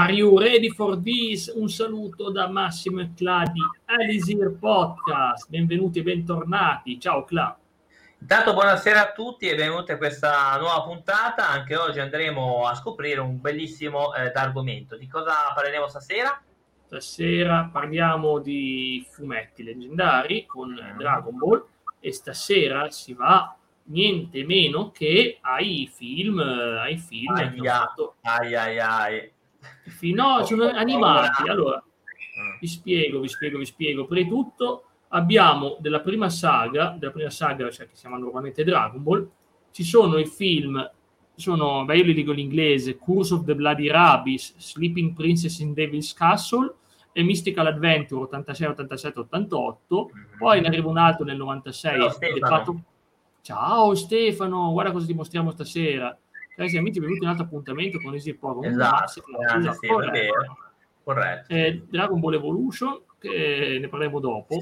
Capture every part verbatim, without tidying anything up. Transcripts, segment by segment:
Are you ready for this? Un saluto da Massimo e Cla di Elisir Podcast. Benvenuti e bentornati. Ciao Cla. Intanto buonasera a tutti e benvenuti a questa nuova puntata. Anche oggi andremo a scoprire un bellissimo eh, argomento. Di cosa parleremo stasera? Stasera parliamo di fumetti leggendari con Mm. Dragon Ball e stasera si va niente meno che ai film, ai film che hanno Aia, fatto ai ai ai. No, sono Ho animati. paura. Allora, Mm. vi spiego, vi spiego, vi spiego. Prima di tutto abbiamo della prima saga, della prima saga, cioè che si chiama normalmente Dragon Ball, ci sono i film, ci sono, beh, io li dico in inglese, Curse of the Bloody Rabbids, Sleeping Princess in Devil's Castle e Mystical Adventure ottantasei, ottantasette, ottantotto. Mm. Poi ne arriva un altro nel novantasei. Ciao Stefano. Fatto... Ciao Stefano, guarda cosa ti mostriamo stasera. Cari amici, benvenuti in un altro appuntamento con Easy Power. Esatto, grande Esatto, Stefano, è corretto. vero. Corretto. Eh, Dragon Ball Evolution, che ne parleremo dopo.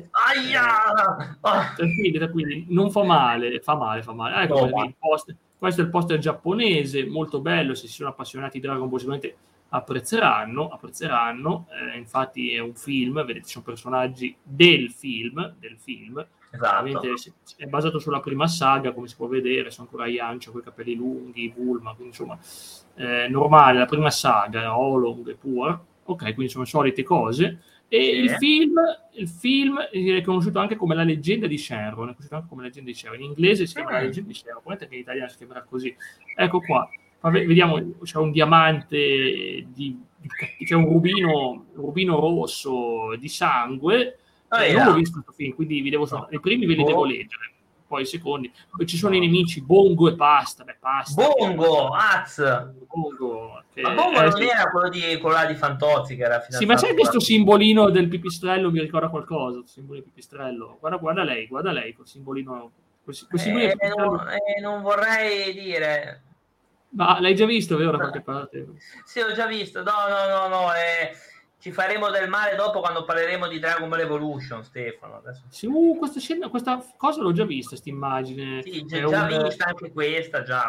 Aia! Ah. Tranquilli, tranquilli, non fa male, fa male, fa male. Ecco, No, perché il poster, questo è il poster giapponese, molto bello, se si sono appassionati di Dragon Ball sicuramente apprezzeranno, apprezzeranno. Eh, infatti è un film, vedete, ci sono personaggi del film, del film. Esatto. È basato sulla prima saga, come si può vedere, sono ancora Yamcha con i capelli lunghi, Bulma, quindi insomma, eh, normale, la prima saga, Oolong e Pur, ok, quindi sono solite cose. E Sì. il film, il film è conosciuto anche come La leggenda di Shenron, è conosciuto anche come La leggenda di Shenron. In inglese si chiama La leggenda di Shenron, guardate che in italiano si chiamerà così. Ecco qua, vediamo, c'è un diamante di, di c'è un rubino, un rubino rosso di sangue. Oh, eh, yeah. Non l'ho visto questo film, quindi vi devo, No. i primi ve li Oh. devo leggere, poi i secondi. Poi ci sono No. i nemici Bongo e Pasta. Beh, Pasta. Bongo, Az. Bongo, che, Ma Bongo eh, non sì. era quello di quello là di Fantozzi che era fidanzato. Sì, ma c'è con questo la- simbolino del pipistrello, mi ricorda qualcosa, il simbolo del pipistrello. Guarda, guarda lei, guarda lei, quel simbolino, quel, quel simbolino Eh, del pipistrello. non, eh, non vorrei dire. Ma l'hai già visto, vero, da qualche parte? Sì, ho già visto. No, no, no, no. Eh, ci faremo del male dopo quando parleremo di Dragon Ball Evolution, Stefano. Adesso. Sì, uh, questa, scena, questa cosa l'ho già vista, questa immagine. Sì, È già, già un, vista anche questa, già.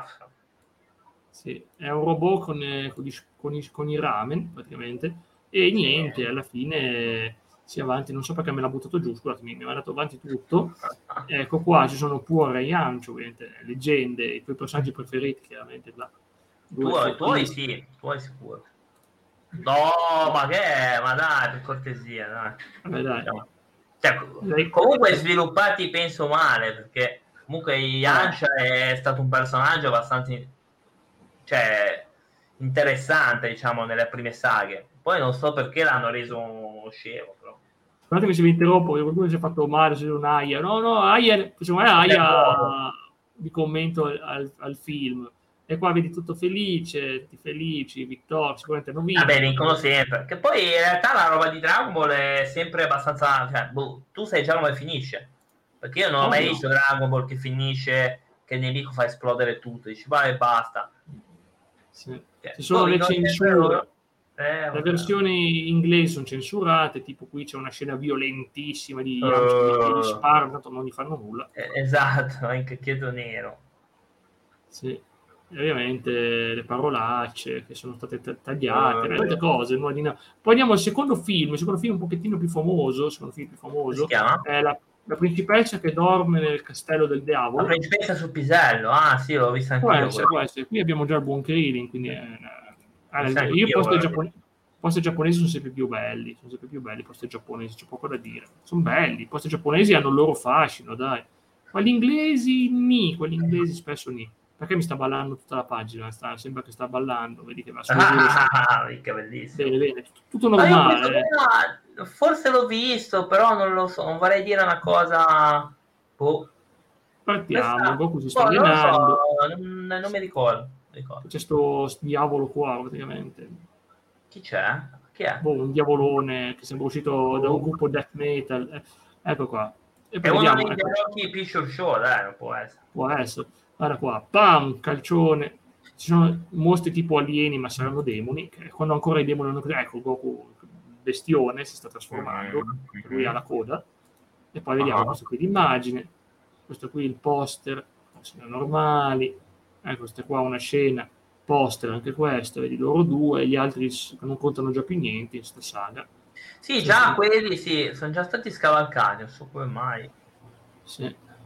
sì, è un robot con, eh, con, i, con, i, con i ramen, praticamente, e niente, Sì. alla fine si avanti, non so perché me l'ha buttato giù, scusatemi, mi ha dato avanti tutto. Ecco qua, ci sono pure Yamcha, ovviamente, leggende, i tuoi personaggi preferiti, chiaramente, là. Tu, tuoi sì, tuoi sicuro. No, ma che è? Ma dai, per cortesia, dai. Vabbè, dai. No. Cioè, Dai. comunque sviluppati penso male, perché comunque Yamcha Ah. è stato un personaggio abbastanza cioè, interessante, diciamo, nelle prime saghe. Poi non so perché l'hanno reso scemo, però. Guardate che se vi interrompo, qualcuno si è fatto male, se un Aia. No, no, Aia, secondo me Aia di commento al, al film. E qua vedi tutto felice, tutti felici, vittoria, sicuramente non vincono. Vabbè, vincono sempre. Che poi in realtà la roba di Dragon Ball è sempre abbastanza. Cioè, boh, tu sai già come finisce. Perché io non ho Oh, mai no. visto Dragon Ball che finisce, che il nemico fa esplodere tutto. Dici, vai e basta. Sì. Cioè, Ci sono poi le non censure. Eh, Le versioni inglesi sono censurate, tipo qui c'è una scena violentissima di Uh. Yamcha che gli sparano, tanto non gli fanno nulla. Eh, esatto, anche chiedo nero. Sì. E ovviamente le parolacce che sono state t- tagliate, Uh. tante cose. Poi andiamo al secondo film, il secondo film un pochettino più famoso, il secondo film più famoso, si chiama? è la, la principessa che dorme nel castello del diavolo. La principessa sul pisello, ah sì, l'ho vista anch'io. Può essere, può essere. Qui abbiamo già il buon Krillin, quindi è, L'ho eh, anch'io, io posti guarda. giapponesi, posti giapponesi sono sempre più belli, sono sempre più belli i posti giapponesi, c'è poco da dire. Sono belli, i posti giapponesi hanno il loro fascino, dai. Quelli inglesi, ni, quelli inglesi spesso ni. Perché mi sta ballando tutta la pagina? Sta, sembra che sta ballando, vedi che va su. Ah, che bellissimo. Bene, bene, tutto normale. Penso, no, forse l'ho visto, però non lo so, non vorrei dire una cosa. Boh. Partiamo, Questa... Goku si sta boh, allenando. Non, so, non, non mi ricordo. ricordo. C'è sto diavolo qua, praticamente. Chi c'è? Chi è? Boh, un diavolone che sembra uscito oh. da un gruppo death metal. Eh, ecco qua. E poi è vediamo, uno dei ecco. occhi Picture Show, dai, non può essere. Può essere. Guarda qua, pam, calcione. Ci sono mostri tipo alieni, ma saranno demoni. Che quando ancora i demoni non... Ecco, Goku, bestione, si sta trasformando. Mm-hmm. Lui ha la coda. E poi vediamo uh-huh. questo qui l'immagine. Questo qui il poster. Sono normali. Ecco, questa qua una scena poster anche questo, vedi loro due, gli altri che non contano già più niente in sta saga. Sì, già sì. Quelli sì, sono già stati scavalcati, non so come mai. Sì.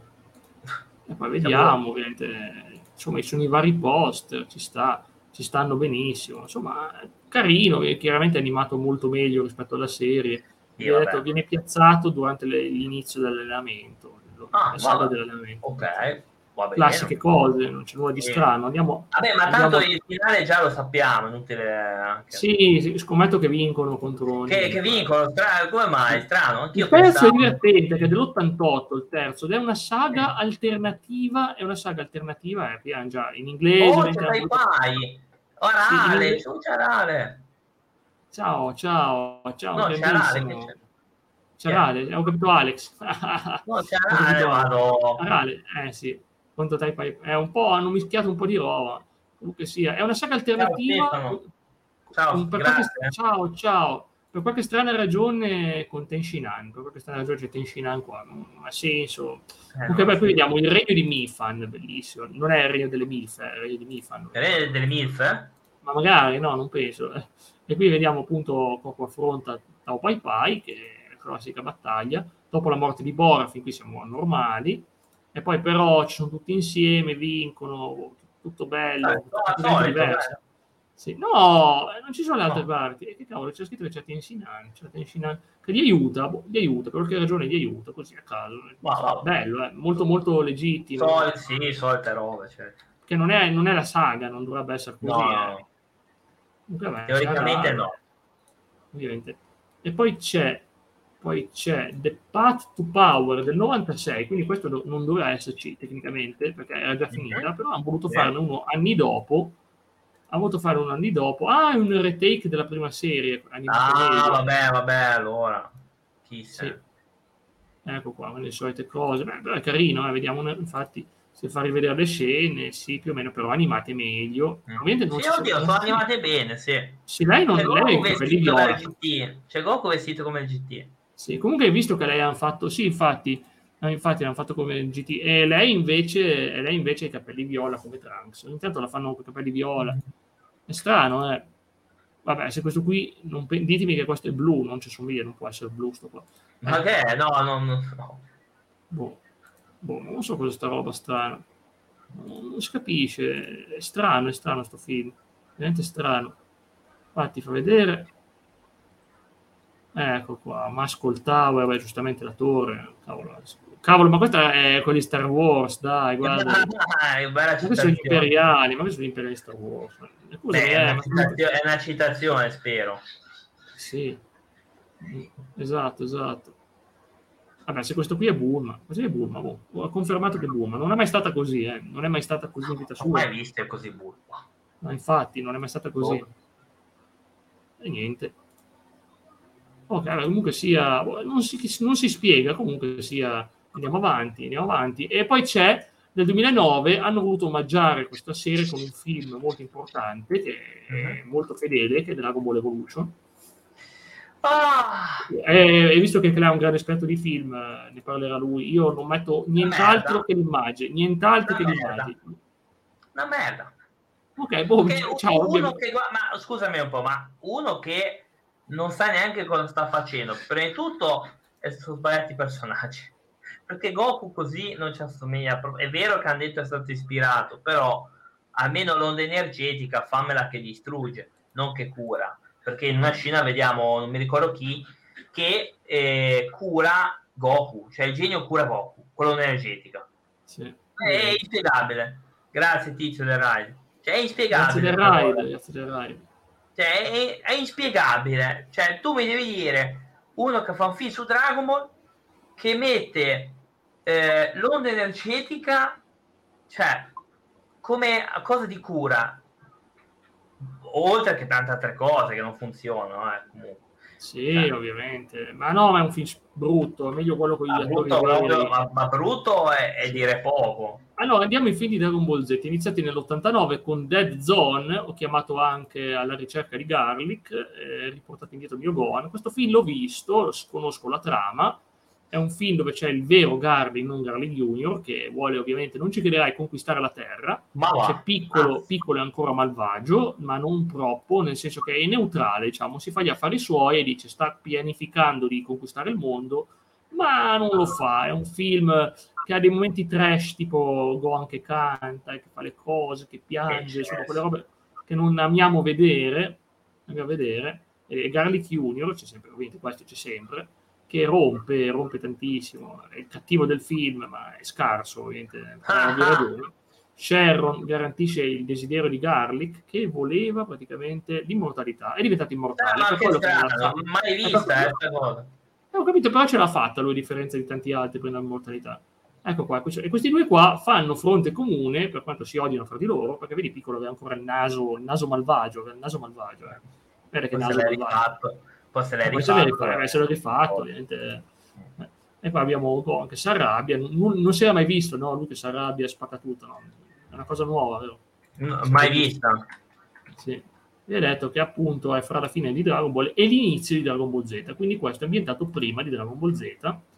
E poi vediamo, ovviamente, insomma, ci sono i vari poster, ci sta, ci stanno benissimo, insomma, carino, chiaramente animato molto meglio rispetto alla serie. Sì, detto, viene piazzato durante le, l'inizio dell'allenamento, ah, la saga dell'allenamento. Ok. Classiche cose, non c'è nulla di strano. Andiamo, Vabbè, ma andiamo... tanto il finale già lo sappiamo, inutile anche. Sì, sì, scommetto che vincono contro che, che vincono, strano, come mai? Strano. Anch'io il terzo pensavo... è divertente, che è dell'ottantotto il terzo, ed è una saga eh. alternativa, è una saga alternativa, eh, già in inglese. Oh, c'è voluto... Orale, sì, c'è Rale. Ciao, ciao, ciao, no, c'è Rale, che c'è? C'è Rale, ho capito Alex. No, c'è Rale, vado. Rale, eh sì, quanto type è un po', hanno mischiato un po' di roba. Comunque sia, è una saga alternativa. Ciao, ciao, per grazie. Qualche, ciao, ciao. Per qualche strana ragione con Tenshinhan, per qualche strana ragione c'è Tenshinhan qua, non ha senso. Eh, Comunque beh, poi vediamo il regno di Mifan, bellissimo. Non è il regno delle MILF, è il regno di Mifan. Il regno delle MILF? Ma magari, no, non penso. E qui vediamo appunto Coco affronta Tao Pai Pai, che è la classica battaglia. Dopo la morte di Bora, fin qui siamo normali. E poi però ci sono tutti insieme, vincono, tutto bello, eh, tutta no, diversa. Sì. No, non ci sono le altre no. parti. E che cavolo, c'è scritto che c'è Tenshinhan, c'è Tenshinhan che gli aiuta, boh, gli aiuta, per qualche ragione gli aiuta, così a caso. Wow, wow. Bello, eh? molto molto legittimo. Sol, sì, solite robe, certo. Che non è, non è la saga, non dovrebbe essere così. No, eh. Comunque, beh, teoricamente saga, no. Ovviamente. E poi c'è, poi c'è The Path to Power del novantasei, quindi questo do, non doveva esserci tecnicamente, perché era già finita, mm-hmm. però hanno voluto yeah. farne uno anni dopo. Ha voluto fare un anno dopo. Ah, è un retake della prima serie. Ah, meglio. vabbè, vabbè, allora. Chissà. Sì. Ecco qua, le solite cose. Beh, però è carino, eh? Vediamo, infatti, se fa rivedere le scene, sì, più o meno, però animate meglio. Mm. Ovviamente non sì, oddio, sono, sono animate bene, sì. Sì, lei non c'è lei Goku vestito come il G T. C'è Goku vestito come il G T. Sì, comunque hai visto che lei ha fatto, sì, infatti, infatti l'hanno fatto come il G T. E lei invece, e lei invece ha i capelli viola come Trunks. Ogni tanto la fanno con i capelli viola. È strano, eh. Vabbè, se questo qui, non, ditemi che questo è blu, non ci somiglia, non può essere blu sto qua. Ma eh. che è? No, no, no. Boh. Boh, non so cosa sta roba strana. Non si capisce, è strano, è strano sto film. Veramente strano. Infatti, fa vedere. Ecco qua, ma ascoltavo, vabbè, giustamente la torre. Cavolo, cavolo, ma questa è quelli di Star Wars, dai, guarda. Dai, ma questi sono gli imperiali, ma questi sono gli imperiali di Star Wars. Beh, è, una citazione, è una citazione, spero. Sì, esatto, esatto. Vabbè, se questo qui è Bulma, così è Bulma, boh. Ho confermato che è Bulma, non è mai stata così, eh. Non è mai stata così in vita sua. Non mai vista così Bulma. Ma infatti, non è mai stata così. Oh. E niente. Ok, comunque sia, non si, non si spiega, comunque sia, andiamo avanti, andiamo avanti. E poi c'è, nel duemilanove, hanno voluto omaggiare questa serie con un film molto importante, che è molto fedele, che è Dragon Ball Evolution. Ah! E, e visto che lei ha un grande esperto di film, ne parlerà lui, io non metto nient'altro che l'immagine, nient'altro che l'immagine. Una merda. Ok, boh, ciao. Uno che, ma scusami un po', ma uno che non sa neanche cosa sta facendo. Prima di tutto sono sbagliati i personaggi, perché Goku così non ci assomiglia. È vero che hanno detto è stato ispirato, però almeno l'onda energetica fammela che distrugge, non che cura, perché in una scena vediamo, non mi ricordo chi, che eh, cura Goku, cioè il genio cura Goku con l'onda energetica. Sì. È inspiegabile. Grazie Tizio del Ride, cioè è inspiegabile. Grazie del Ride, grazie del Ride. Cioè, è, è inspiegabile. Cioè, tu mi devi dire uno che fa un film su Dragon Ball che mette eh, l'onda energetica, cioè, come cosa di cura, oltre che tante altre cose che non funzionano, eh, comunque. Sì, eh. ovviamente. Ma no, ma è un film brutto, è meglio quello con gli ma attori brutto, proprio, ma, ma brutto è, è dire poco. Allora, andiamo ai film di Dragon Ball Z, iniziati nell'ottantanove con Dead Zone, ho chiamato anche Alla ricerca di Garlic, eh, riportato indietro Mio Gohan. Questo film l'ho visto, conosco la trama, è un film dove c'è il vero Garlic, non Garlic Junior, che vuole ovviamente, non ci crederai, conquistare la Terra. Ma va. C'è piccolo, Ah. piccolo e ancora malvagio, ma non troppo, nel senso che è neutrale, diciamo, si fa gli affari suoi e dice sta pianificando di conquistare il mondo, ma non lo fa. È un film che ha dei momenti trash, tipo Gohan che canta, che fa le cose, che piange, sono quelle robe che non amiamo vedere, amiamo vedere. E Garlic Junior, c'è sempre, ovviamente questo c'è sempre, che rompe, rompe tantissimo, è il cattivo del film, ma è scarso, ovviamente, per ovvie ragioni. Sharon garantisce il desiderio di Garlic, che voleva praticamente l'immortalità, è diventato immortale. Ah, per che quello che strano, non l'ha mai vista questa cosa. Eh, ho capito, però ce l'ha fatta lui, a differenza di tanti altri, per l'immortalità. Ecco qua, e questi due qua fanno fronte comune, per quanto si odiano fra di loro, perché vedi Piccolo aveva ancora il naso, il naso malvagio, il naso malvagio, eh. Vedi che Poi naso se l'hai malvagio. rifatto, poi se l'hai Poi se l'è rifatto, rifatto, eh, se l'è rifatto, ovviamente. Eh. E poi abbiamo Gohan che si arrabbia, non, non si era mai visto, no? Lui che si arrabbia e spacca tutto, no? È una cosa nuova, vero? No, mai vista. Sì. Vi ha detto che appunto è fra la fine di Dragon Ball e l'inizio di Dragon Ball Z, quindi questo è ambientato prima di Dragon Ball Z,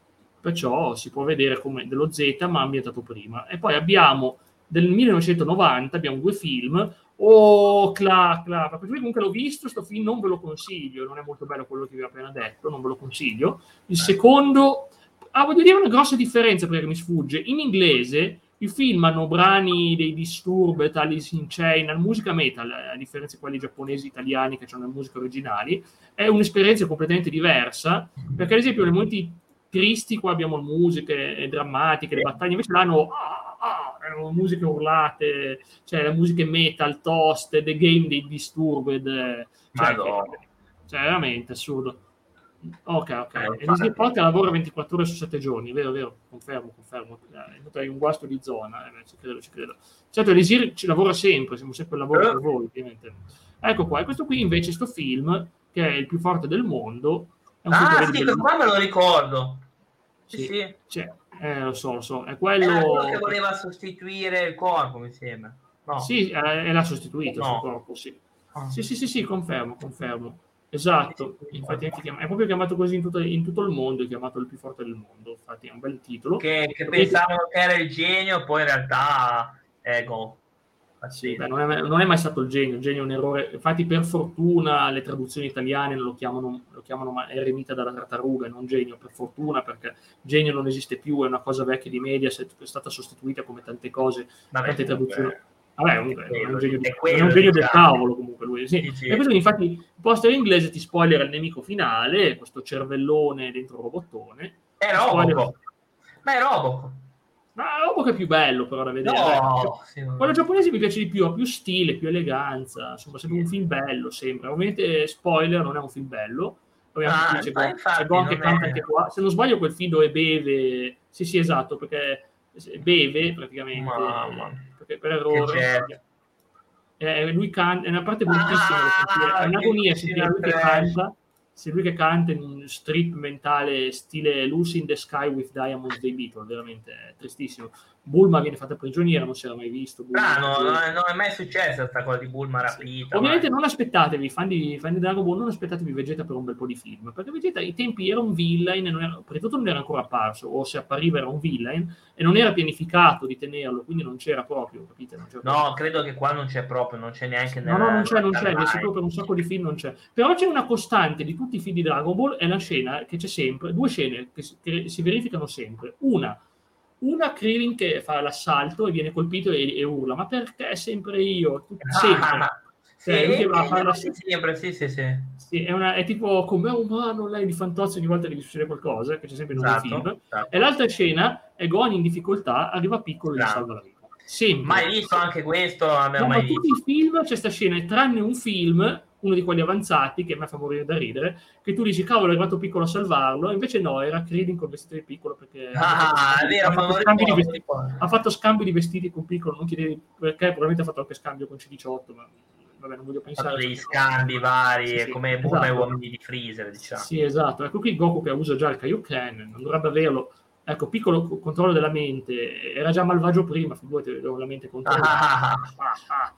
perciò si può vedere come dello Z, ma ambientato prima. E poi abbiamo del millenovecentonovanta, abbiamo due film. Oh, cla, cla, perché comunque l'ho visto, sto film non ve lo consiglio, non è molto bello quello che vi ho appena detto, non ve lo consiglio. Il secondo, ah, voglio dire una grossa differenza perché mi sfugge, in inglese i film hanno brani dei Disturbed, Alice in Chains, musica metal, a differenza di quelli giapponesi, italiani che hanno le musiche originali, è un'esperienza completamente diversa, perché ad esempio nei momenti tristi qua abbiamo musiche drammatiche, le battaglie, invece l'hanno ah, ah, erano musiche urlate, cioè le musiche metal, toast, The Game dei Disturbed, cioè, che, cioè veramente assurdo. Ok, ok. Eh, E Disney Podcast lavora ventiquattro ore su sette giorni, vero, vero, confermo, confermo. Eh, hai un guasto di zona, eh, ci credo, ci credo. Certo, Elisir ci lavora sempre, siamo sempre al lavoro per voi, ovviamente. Ecco qua, e questo qui invece, sto film, che è il più forte del mondo. È un ah, film sì, questo qua me lo ricordo. Sì, sì, sì. Cioè, eh, lo so, lo so. È quello... Era quello che voleva sostituire il corpo, mi sembra. No. Sì, eh, l'ha sostituito no. il suo corpo, sì. Ah. Sì, sì, sì, sì, confermo, confermo. Esatto, infatti è proprio chiamato così in tutto, in tutto il mondo, è chiamato il più forte del mondo, infatti è un bel titolo. Che, che pensavano che era il genio, poi in realtà è Go. Sì, beh, non, è, non è mai stato il genio, il genio è un errore, infatti per fortuna le traduzioni italiane lo chiamano, lo chiamano eremita dalla tartaruga, non genio, per fortuna, perché genio non esiste più, è una cosa vecchia di media, è stata sostituita come tante cose, Vabbè, tante traduzioni. Beh. Vabbè, comunque, è un genio, di, è quello, è un genio diciamo. del cavolo comunque lui, sì. Sì, sì. E questo infatti il poster inglese ti spoilera il nemico finale, questo cervellone dentro il robottone. È Robocop. Ma è Robocop. Ma Robocop è più bello però da vedere. No, eh. sì, Quello giapponese mi piace di più, ha più stile, più eleganza, insomma, sembra un film bello, sembra. Ovviamente, spoiler, non è un film bello. Ovviamente ah, c'è, Go, c'è Gon che canta anche qua. Se non sbaglio quel film dove beve, sì sì esatto, perché beve praticamente, Mamma. perché per errore. Eh, lui canta, è una parte bruttissima da sentire, ah, è un'agonia sentire lui che canta, se lui che canta in un strip mentale stile Lucy in the Sky with Diamonds dei Beatles, veramente è tristissimo. Bulma viene fatta prigioniera, non si era mai visto. Ah, no, non è, non è mai successa questa cosa di Bulma rapita. Ovviamente mai. non aspettatevi, fan di, fan di Dragon Ball, non aspettatevi Vegeta per un bel po' di film, perché Vegeta ai tempi era un villain, e non era, prima di tutto non era ancora apparso, o se appariva era un villain, e non era pianificato di tenerlo, quindi non c'era proprio, capite? Non c'era no, proprio. credo che qua non c'è proprio, non c'è neanche No, no, non c'è, non c'è, vi assicuro per un sacco di film non c'è. Però c'è una costante di tutti i film di Dragon Ball, è la scena che c'è sempre, due scene che si, che si verificano sempre. Una, una Krillin che fa l'assalto e viene colpito e, e urla, ma perché sempre io? Sempre. Ah, cioè, sì, lui che va a fare la... sempre, sì, sì, sì. Sì, è, una, è tipo come un umano, lei di Fantozzi ogni volta che gli succede qualcosa, che c'è sempre in ogni esatto, film. esatto. E l'altra scena è Gohan in difficoltà, arriva Piccolo e gli salva la vita. Sempre. Mai visto anche questo? No, ma mai tutti visto. i film c'è sta scena, tranne un film, uno di quelli avanzati, che a me fa morire da ridere, che tu dici, cavolo, è arrivato Piccolo a salvarlo, invece no, era Krillin col vestito di Piccolo, perché ah, ha, vero, ha, fatto scambio di vestiti, po'. ha fatto scambio di vestiti con Piccolo, non chiedevi perché, probabilmente ha fatto anche scambio con C diciotto, ma vabbè, non voglio pensare. Ha fatto degli scambi vari, sì, sì, come Bulma esatto. e uomini di Freezer, diciamo. Sì, esatto. Ecco qui Goku che usa già il Kaioken, non dovrebbe averlo. Ecco, Piccolo controllo della mente, era già malvagio prima, figurati, avevo la mente controllata. Ah, ah, ah.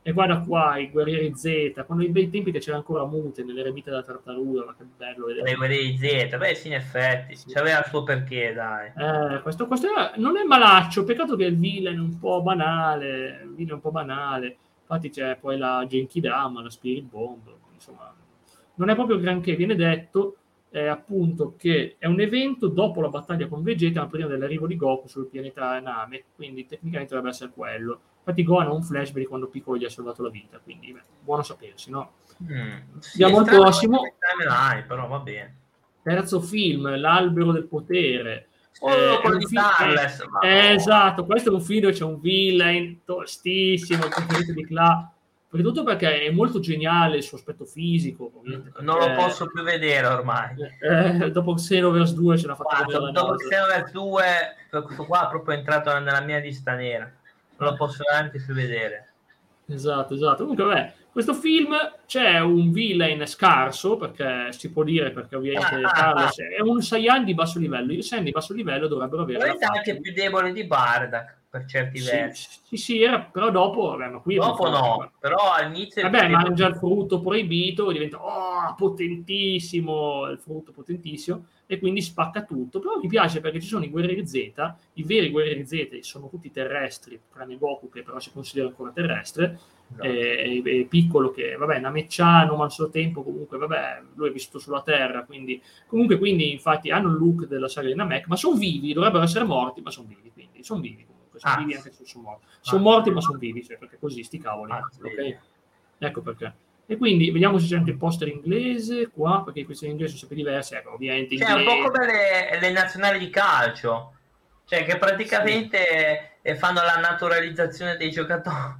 E guarda qua, i Guerrieri Z, quando i bei tempi che c'era ancora Mute nelle remite della tartaruga, ma che bello vedere. I Guerrieri Z, beh sì, in effetti, sì. C'aveva il suo perché, dai. Eh, questo, questo era, non è malaccio, peccato che il villain è un po' banale, il villain è un po' banale, infatti c'è poi la Genkidama, la Spirit Bomb, insomma, non è proprio granché, viene detto eh, appunto che è un evento dopo la battaglia con Vegeta, ma prima dell'arrivo di Goku sul pianeta Namek, quindi tecnicamente dovrebbe essere quello. Infatti Gohan ha un flashback di quando Piccolo gli ha salvato la vita, quindi beh, buono sapersi, no? Mm, sì, Andiamo al prossimo. Timeline, però va bene. Terzo film, L'albero del potere. Oh, Eh, quello di fi- Tarles, eh, ma eh, no. esatto, questo è un film dove c'è un villain tostissimo, il preferito di Cla, soprattutto perché è molto geniale il suo aspetto fisico, ovviamente, Non lo perché, posso più vedere ormai. eh, dopo Xenoverse due ce l'ha fatta venire Guarda, la dopo nausea. Xenoverse due, questo qua è proprio entrato nella mia lista nera. Non lo posso veramente più vedere. Esatto, esatto. Comunque, vabbè, questo film c'è un villain scarso, perché si può dire, perché ovviamente Tarles è un Saiyan di basso livello. I Saiyan di basso livello dovrebbero avere la Probabilmente faccia anche di... più debole di Bardock per certi Sì, versi. sì, sì, era, però dopo, vabbè, ma qui è più Dopo forte. no, però all'inizio è più Vabbè, debole. mangia il frutto proibito, diventa oh, potentissimo, il frutto potentissimo, e quindi spacca tutto. Però mi piace perché ci sono i guerrieri Z, i veri guerrieri Z sono tutti terrestri, tranne Goku che però si considera ancora terrestre, No. e, e, e Piccolo che, vabbè, è nameccano, ma al suo tempo comunque, vabbè, lui è vissuto sulla Terra, quindi comunque, quindi, infatti, hanno il look della saga di Namek, ma sono vivi, dovrebbero essere morti, ma sono vivi, quindi sono vivi comunque, sono Ah, vivi sì. anche se sono morti. Sono Ah, morti, sì. ma sono vivi, cioè, perché così, sti cavoli, Ah, sì. ok? Ecco perché. E quindi vediamo se c'è anche il poster inglese qua, perché questi in inglese sono sempre diversi, ecco, ovviamente Cioè, un po' inglese. come le, le nazionali di calcio, cioè che praticamente sì, fanno la naturalizzazione dei giocatori.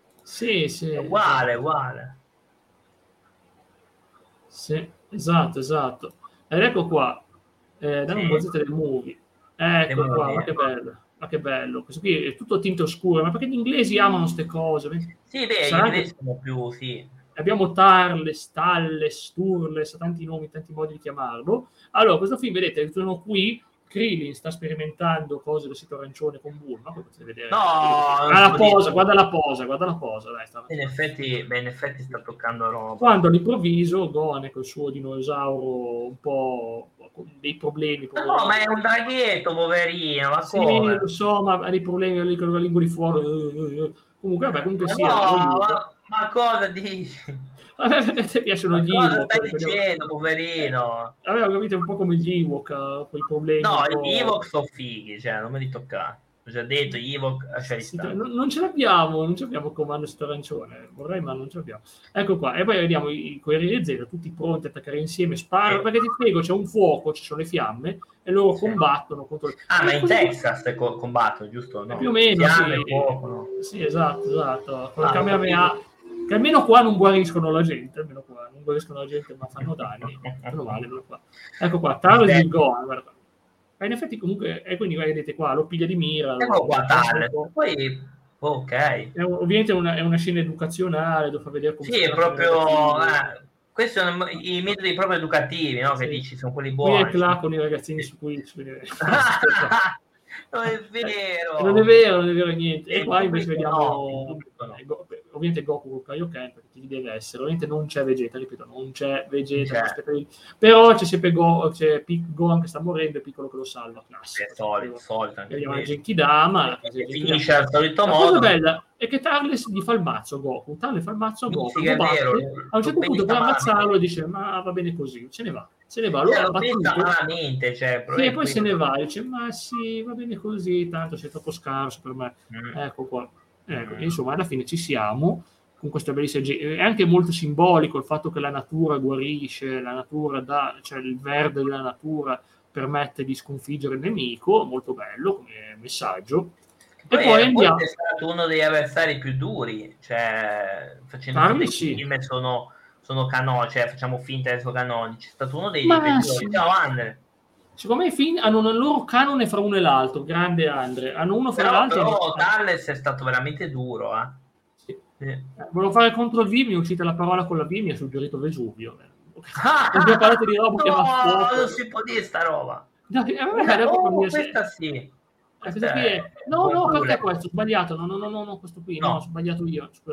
Sì, sì, È uguale, esatto. uguale. Sì, esatto, esatto. Ed ecco qua, eh, Dragon Ball Z Sì. del movie. Le Ecco qua, ma movie. che bello, ma che bello. Questo qui è tutto tinte oscure, ma perché gli inglesi amano queste cose? Sì, beh, gli Sarà inglesi che sono più, sì. abbiamo Tarles, Talles, Turles, tanti nomi, tanti modi di chiamarlo. Allora, questo film, vedete, sono qui, Krillin sta sperimentando cose del sito arancione con Bulma, poi potete vedere. No, Ah, la posa, guarda la posa, guarda la posa, dai, sta... in effetti, beh, in effetti sta toccando roba. Quando all'improvviso Gohan col suo dinosauro un po' con dei problemi, No, ma è un draghetto, poverino, ma sì, come? lo so, ma ha dei problemi lì con la lingua di fuori. Comunque, vabbè, comunque Ma sia, no, lo aiuto. ma, ma cosa dici? A te piacciono Ma gli cosa Ewok, stai ricordiamo. dicendo, poverino? Eh, avevo capito un po' come gli Ewok, eh, quei problemi No, un gli po'... Evox sono fighi, cioè, non me li toccare. Ho già detto, gli Evoc lasciali Sì, stare. non, non ce l'abbiamo, non ce l'abbiamo il comando sto arancione, vorrei ma non ce l'abbiamo. Ecco qua, e poi vediamo i, i Guerrieri Z, tutti pronti a attaccare insieme, sparano, Sì. perché ti spiego, c'è un fuoco, ci sono le fiamme, e loro Sì. combattono contro... Ah, ma E in cosa... Texas co- combattono, giusto? Eh, No, più o meno, fiamme, sì. fuoco, no? Sì, esatto, esatto. Con il Ah, ho Kamehameha, capito. che almeno qua non guariscono la gente, almeno qua, non guariscono la gente, ma fanno danni. Meno male, almeno qua. Ecco qua, Tarles il Gohan, guarda. Ma in effetti comunque, e quindi vedete qua, lo piglia di mira, Ecco lo, qua, lo pompa un Talent. po'. Poi, ok. È un- ovviamente è una, è una scena educazionale dove fa vedere come Sì, si è trattano i proprio... ragazzini. eh, questi sono i metodi proprio educativi, no? Che Sì. dici, sono quelli Qui è buoni. Cla con i ragazzini Sì. su cui... Su... Non è E non è vero. vero, non è vero niente. E E il qua invece pubblico no, il vediamo pubblico no. eh, Go- ovviamente Goku con Kaioken, perché ci deve essere. Ovviamente non c'è Vegeta, ripeto, non c'è Vegeta, Cioè, aspetta lì. Però c'è sempre Go, c'è Pic- Gohan che sta morendo e Piccolo che lo salva, classico. è solito, solito E anche vediamo la questo. Genkidama. E, e finisce al solito La cosa modo. bella è che Tarles gli fa il mazzo a Goku, Tarles fa il mazzo a Goku, Mica lo è vero, batte, lo, a un lo certo punto pensa vuole ammazzarlo malamente. e dice ma va bene così, se ne va, se ne va, lo Cioè, ha lo pensa battuto. malamente, cioè, Sì, e è poi se ne quello. va, dice ma sì, va bene così, tanto sei troppo scarso per me. Mm. Ecco qua. Ecco, Mm. insomma, alla fine ci siamo con questa bellissima... È anche molto simbolico il fatto che la natura guarisce, la natura dà, cioè il verde della natura permette di sconfiggere il nemico, molto bello come messaggio. Poi, E poi eh, poi andiamo... è stato uno degli avversari più duri, cioè, facendo finta Tarli che i sì. film sono, sono canonici, cioè facciamo finta che sono canonici, è stato uno dei, dei Ma peggiori. sì. Ciao Andre. Secondo me i film hanno il loro canone fra uno e l'altro, grande Andre. Hanno uno fra Però, l'altro... però Dallas è stato veramente duro, eh. Sì. Sì. Eh, volevo fare contro il V, mi è uscita la parola con la V, mi ha suggerito Vesuvio. Abbiamo parlato di roba che va a No, fuoco. non si può dire sta roba. No, eh, vabbè, Una, dopo oh, mia... questa sì. Eh, Questa questo qui è... è No, no, qualcuno. perché questo? Ho sbagliato. No, no, no, no, no, questo qui. No, ho No. sbagliato io, scusami.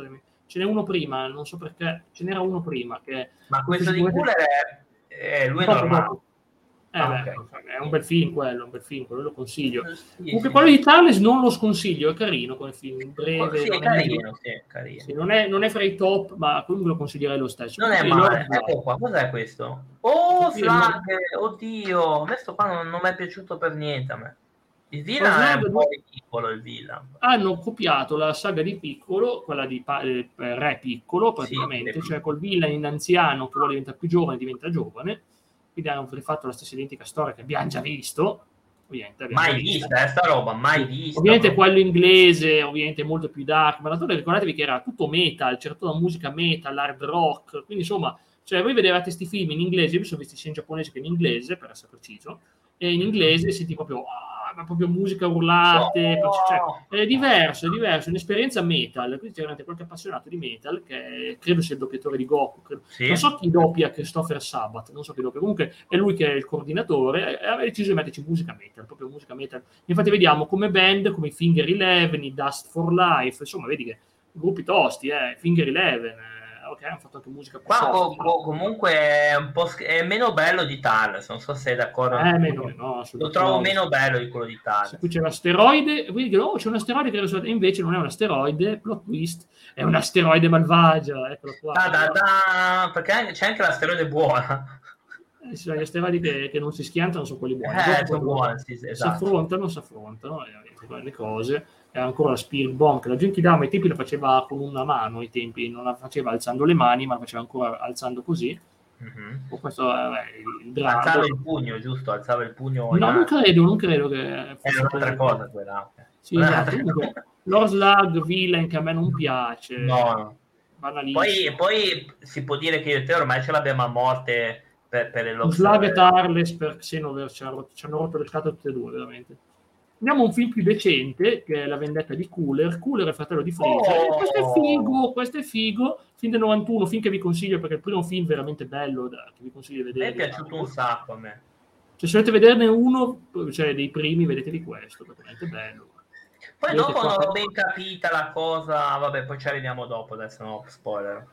ce n'è uno prima, non so perché, ce n'era uno prima che... Ma questo di Cooler è, è lui è dopo, normale. dopo. Eh, Ah, beh, okay. È un bel film quello, un bel film, quello lo consiglio. Sì, Comunque sì. quello di Thales non lo sconsiglio, è carino come film, breve, Sì, non è è, carino, sì, è carino. sì, non, è, non è fra i top, ma comunque lo consiglierei lo stesso. Non è E male. Lord Slug. Ecco qua, cos'è questo? Oh, Qui è Lord- Slug! Oddio, a me sto qua non, non mi è piaciuto per niente a me. Il Lord Villain è un Slug po' ridicolo, il Villain. hanno copiato la saga di Piccolo, quella di pa- eh, Re Piccolo praticamente, Sì, cioè col villain anziano che vuole diventare più giovane diventa giovane, quindi hanno rifatto la stessa identica storia che abbiamo già visto, ovviamente abbiamo mai già vista. vista, eh, sta roba, mai Sì. vista. Ovviamente proprio. quello inglese, ovviamente molto più dark, ma d'altronde ricordatevi che era tutto metal, c'era tutta la musica metal, hard rock, quindi insomma, cioè voi vedevate questi film in inglese, io mi sono visti sia in giapponese che in inglese, per essere preciso, e in inglese senti proprio, ah, ma proprio musica urlate, No! cioè, è diverso, è diverso, è un'esperienza metal, quindi c'è qualche appassionato di metal, che credo sia il doppiatore di Goku, credo. Sì. Non so chi doppia Christopher Sabat, non so chi doppia, comunque è lui che è il coordinatore, e aveva deciso di metterci musica metal, proprio musica metal. Infatti vediamo come band, come i Finger Eleven, i Dust for Life, insomma vedi che gruppi tosti, eh, Finger Eleven, eh, ok, hanno fatto anche musica più Qua soft. co- co- comunque è un po' sch- è meno bello di Thales, non so se sei d'accordo. Eh, meno, no, Lo trovo no, meno bello di quello di se Thales. qui c'è l'asteroide, e quindi dicono, oh, c'è un asteroide che risolve, e invece non è un asteroide, plot twist, è un asteroide malvagio, eccolo qua. Da, da, da, perché c'è anche l'asteroide buona. Eh, sì, gli asteroidi che, che non si schiantano sono quelli buoni. Eh, Dopo sono quello- buoni, sì, sì, si esatto. affrontano, si affrontano, e le cose. E ancora la Spirit Bomb, che la Genkidama ai tempi la faceva con una mano, ai tempi non la faceva alzando le mani, ma la faceva ancora alzando così. Mhm. O questo è il Alzava drago. il pugno, giusto? Alzava il pugno in No, non alto. credo, non credo che È fosse un'altra con- cosa quella. Sì, esatto. Comunque, Lord Slug, villain che a me non piace, No, no. Poi, banalissimo. poi si può dire che io e te ormai ce l'abbiamo a morte per, per le Con Slug e Tarles per Xenoverse ci hanno, ci hanno rotto le scatole tutte e due, veramente. Andiamo a un film più decente, che è La vendetta di Cooler. Cooler è il fratello di Freezer. Oh! E questo è figo, questo è figo. Film del novantuno, film che vi consiglio perché è il primo film veramente bello da, che vi consiglio di A vedere. me è piaciuto un sacco a me. Cioè, se volete vederne uno, cioè dei primi, vedetevi questo, perché è veramente bello. Poi Vedete dopo qua- non l'ho ben capita la cosa, vabbè, poi ci arriviamo dopo, adesso no, spoiler.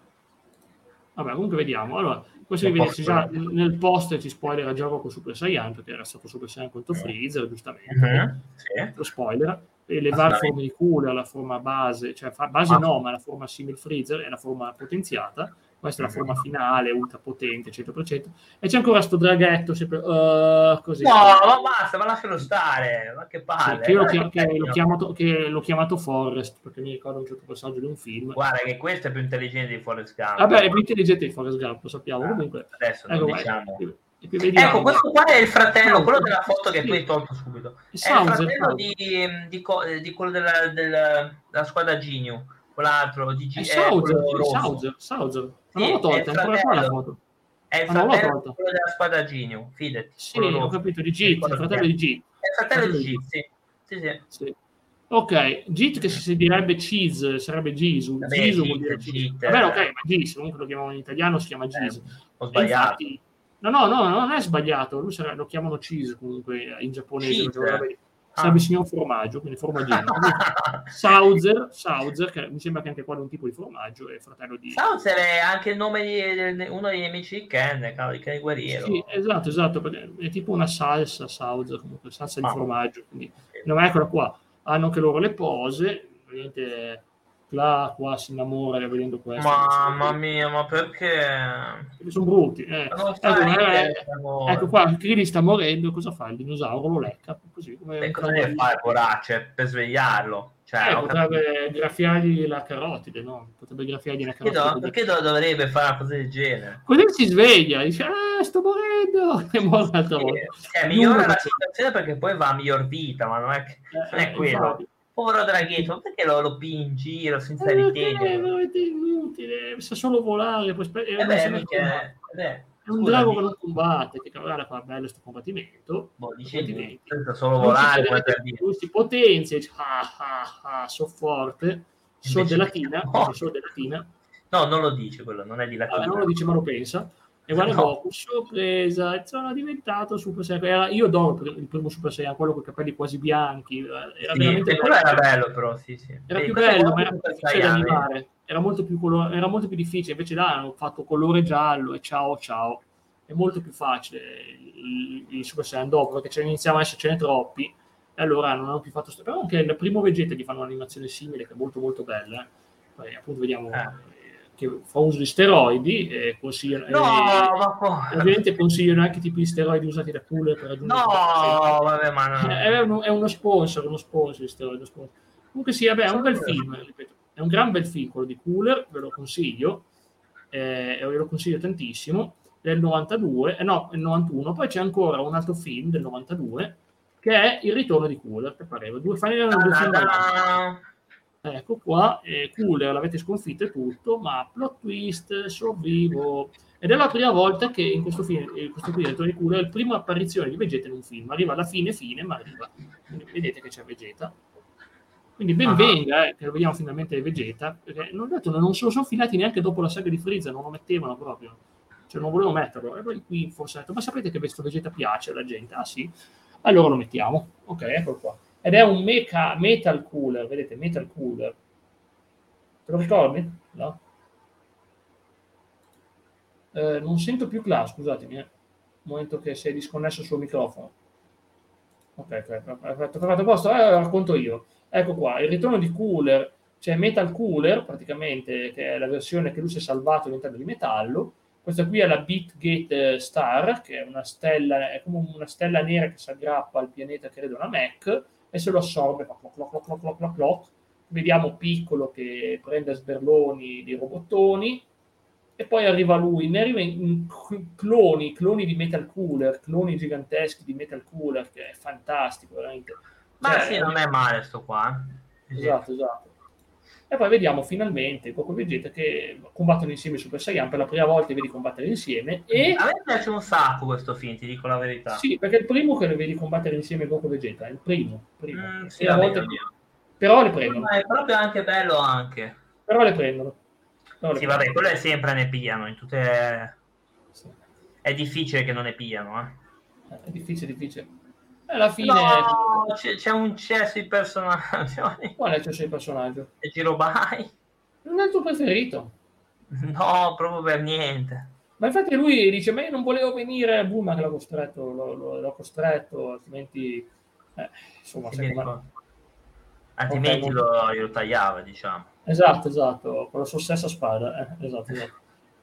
Vabbè, comunque vediamo. Allora, questo Un vi po' vedete già spoiler. nel post ci spoiler già con Super Saiyan, perché era stato Super Saiyan contro Freezer, giustamente. Mhm, sì. Lo spoiler. E le varie Assolutamente. forme di Cooler, la forma base, cioè fa- base Ah. no, ma la forma simil Freezer è la forma potenziata. Questa è la Mhm. forma finale, ultra potente, eccetera, eccetera. E c'è ancora sto draghetto, sempre uh, così. No, ma basta, ma lascialo stare, ma che Sì, palle. che io l'ho, Guarda chiam- che che l'ho carino. chiamato, che l'ho chiamato Forrest, perché mi ricordo un certo passaggio di un film. Guarda che questo è più intelligente di Forrest Gump. Vabbè, è più intelligente di Forrest Gump, lo sappiamo. Ah, Comunque, adesso non ecco, diciamo. e- e qui vediamo. Ecco, questo qua è il fratello, Sauser. quello della foto che Sì. tu hai tolto subito. È È il Sauser, fratello Sauser. di, di, co- di quello della, del- della squadra Ginyu, quell'altro, di, È G- è Sauser, quello sì, rosso. Sauser, Sauser. Sì, Ma non l'ho è tolta, il è ancora qua la fratello. foto. È il Ma non l'ho fratello di tolta. quello della squadra Ginyu, fidati. Sì, quello ho rosso. capito, di Mi Jit, il ricordo fratello chi di è. Jit. È il fratello di Jit, sì. Sì, sì. Sì. Ok, Jit che si direbbe Cheese, sarebbe Gisu. Vabbè, Gisu vuol Jit, dire cheese. Jit, Vabbè, ok, eh. ma Gisu, comunque lo chiamano in italiano, si chiama Gisu. Eh, ho E sbagliato. infatti, no, no, no, non è sbagliato, lui sarà, lo chiamano Cheese comunque in giapponese, Cheese. perché sarebbe, Ah. sarebbe il signor formaggio, quindi formaggino. Sauser, Sauser, che mi sembra che anche qua è un tipo di formaggio, è fratello di... Saucer è anche il nome di uno degli amici di Ken, cavolo, di Ken il Guerriero. Sì, esatto, esatto, perché è tipo una salsa, Sauser, comunque salsa di Ah. formaggio, quindi no, ma eccola qua, hanno anche loro le pose, ovviamente Cla qua si innamora vedendo questo. Mamma mia, ma perché? Sono brutti. Eh. Ma non Ecco, sta eh, ridere, ecco qua, Krillin sta morendo, cosa fa? Il dinosauro lo lecca, così come E un cosa deve cavallino. fare, poraccio, per svegliarlo? Cioè, Eh, ho capito. potrebbe graffiargli la carotide, no? Potrebbe graffiargli la Perché, carotide. do- perché do- dovrebbe fare una cosa del genere? Così si sveglia, dice, ah, sto morendo, e muore un'altra Sì, volta. cioè, migliora Lungo la per- situazione perché poi va a miglior vita, ma non è, che- non Eh, è eh, quello. infatti. Povero draghetto, perché lo, lo pini in giro senza Eh, ritegno? perché è veramente inutile, sa solo volare, poi spe- e Eh non beh, sa né mica, combattere. eh beh, È un scusa, drago di- che non combatte, che cavolo fa bello sto combattimento. boh, dice Combattimenti. senza solo Non si volare, vede puoi che per dire. lui si potenzia, dice, ah ah ah, so forte, so Invece- della tina, No. dice so della tina. No, non lo dice quello, non è di Vabbè, latina. non lo dice ma lo pensa. E guarda No. Goku, sorpresa, sono diventato Super Saiyan. Era, io do il primo Super Saiyan, quello con i capelli quasi bianchi. Era Sì, veramente e quello bello. era bello però, sì, sì. Era E più questo bello, qua ma è era più Super difficile da Saiyan, eh? animare. Era molto più, color- era molto più difficile. Invece là hanno fatto colore giallo e ciao ciao. È molto più facile il, il Super Saiyan dopo, perché ce ne iniziava a essercene troppi. E allora non hanno più fatto... sto- Però anche il primo Vegeta gli fanno un'animazione simile, che è molto molto bella. Poi appunto vediamo... Eh. che fa uso di steroidi e consigliano, No, e, ma poi... e ovviamente consigliano anche tipi di steroidi usati da Cooler per raggiungere No, il cento per cento. vabbè, ma no. È uno, è uno sponsor, uno sponsor di steroidi. Uno sponsor. Comunque sì, vabbè, è un bel Solo- film, ripeto, è un gran bel film quello di Cooler, ve lo consiglio, eh, e ve lo consiglio tantissimo, del novantadue, eh, no, il novantuno, poi c'è ancora un altro film del novantadue che è Il ritorno di Cooler, che pareva, due, erano due film all'anno. Ta-da-da. Ecco qua, eh, Cooler l'avete sconfitto e tutto, ma plot twist, sopravvivo. Ed è la prima volta che in questo film, in questo qui, Ritorno di Cooler, è la prima apparizione di Vegeta in un film. Arriva alla fine, fine, ma arriva. Quindi vedete che c'è Vegeta. Quindi ben Ah, venga, eh, che lo vediamo finalmente Vegeta, perché non, detto, non se lo sono filati neanche dopo la saga di Freezer, non lo mettevano proprio. Cioè non volevo metterlo. E poi qui forse ho detto, ma sapete che questo Vegeta piace alla gente? Ah sì? Allora lo mettiamo. Ok, eccolo qua. Ed è un mecha, metal cooler, vedete, metal cooler. Te lo ricordi? No? Eh, non sento più Cla, scusatemi, eh. Un momento che sei disconnesso sul microfono. Ok, ok, perfetto, fatto a posto, eh, racconto io. Ecco qua, il ritorno di Cooler, c'è Metal Cooler, praticamente, che è la versione che lui si è salvato all'interno di metallo. Questa qui è la Beatgate Star, che è una stella, è come una stella nera che si aggrappa al pianeta, credo, una Mech, e se lo assorbe, fa cloc, cloc, cloc, cloc, cloc, cloc, cloc. Vediamo Piccolo che prende a sberloni dei robottoni, e poi arriva lui, ne arriva in, in cloni, cloni di Metal Cooler, cloni giganteschi di Metal Cooler, che è fantastico, veramente. ma Cioè, sì, non è male sto qua. eh. Sì, sì. esatto, esatto. E poi vediamo finalmente Goku e Vegeta che combattono insieme i Super Saiyan, per la prima volta li vedi combattere insieme, A e me piace un sacco questo film, ti dico la verità. sì, perché è il primo che li vedi combattere insieme Goku e Vegeta, è il primo, primo, Mm, la sì, prima va bene, volta va che... bene. Però le No, ma prendono, è proprio anche bello anche. però le prendono, però le Sì, vabbè, prendono. quello è sempre ne pigliano, in tutte... Sì. È difficile che non ne pigliano, eh. È difficile, difficile. E alla No, fine, c'è, c'è un cesso di personaggi. qual è il tuo sei personaggio? E Girobai? Non è il tuo preferito. No, proprio per niente. Ma infatti lui dice, ma io non volevo venire, Bulma che l'ha costretto, lo- lo- l'ha costretto, altrimenti, eh, insomma, Sì, sai mi com'è. ricordo. Ok, Altrimenti non- lo, lo tagliava, diciamo. esatto, esatto, con la sua stessa spada, eh, esatto, esatto.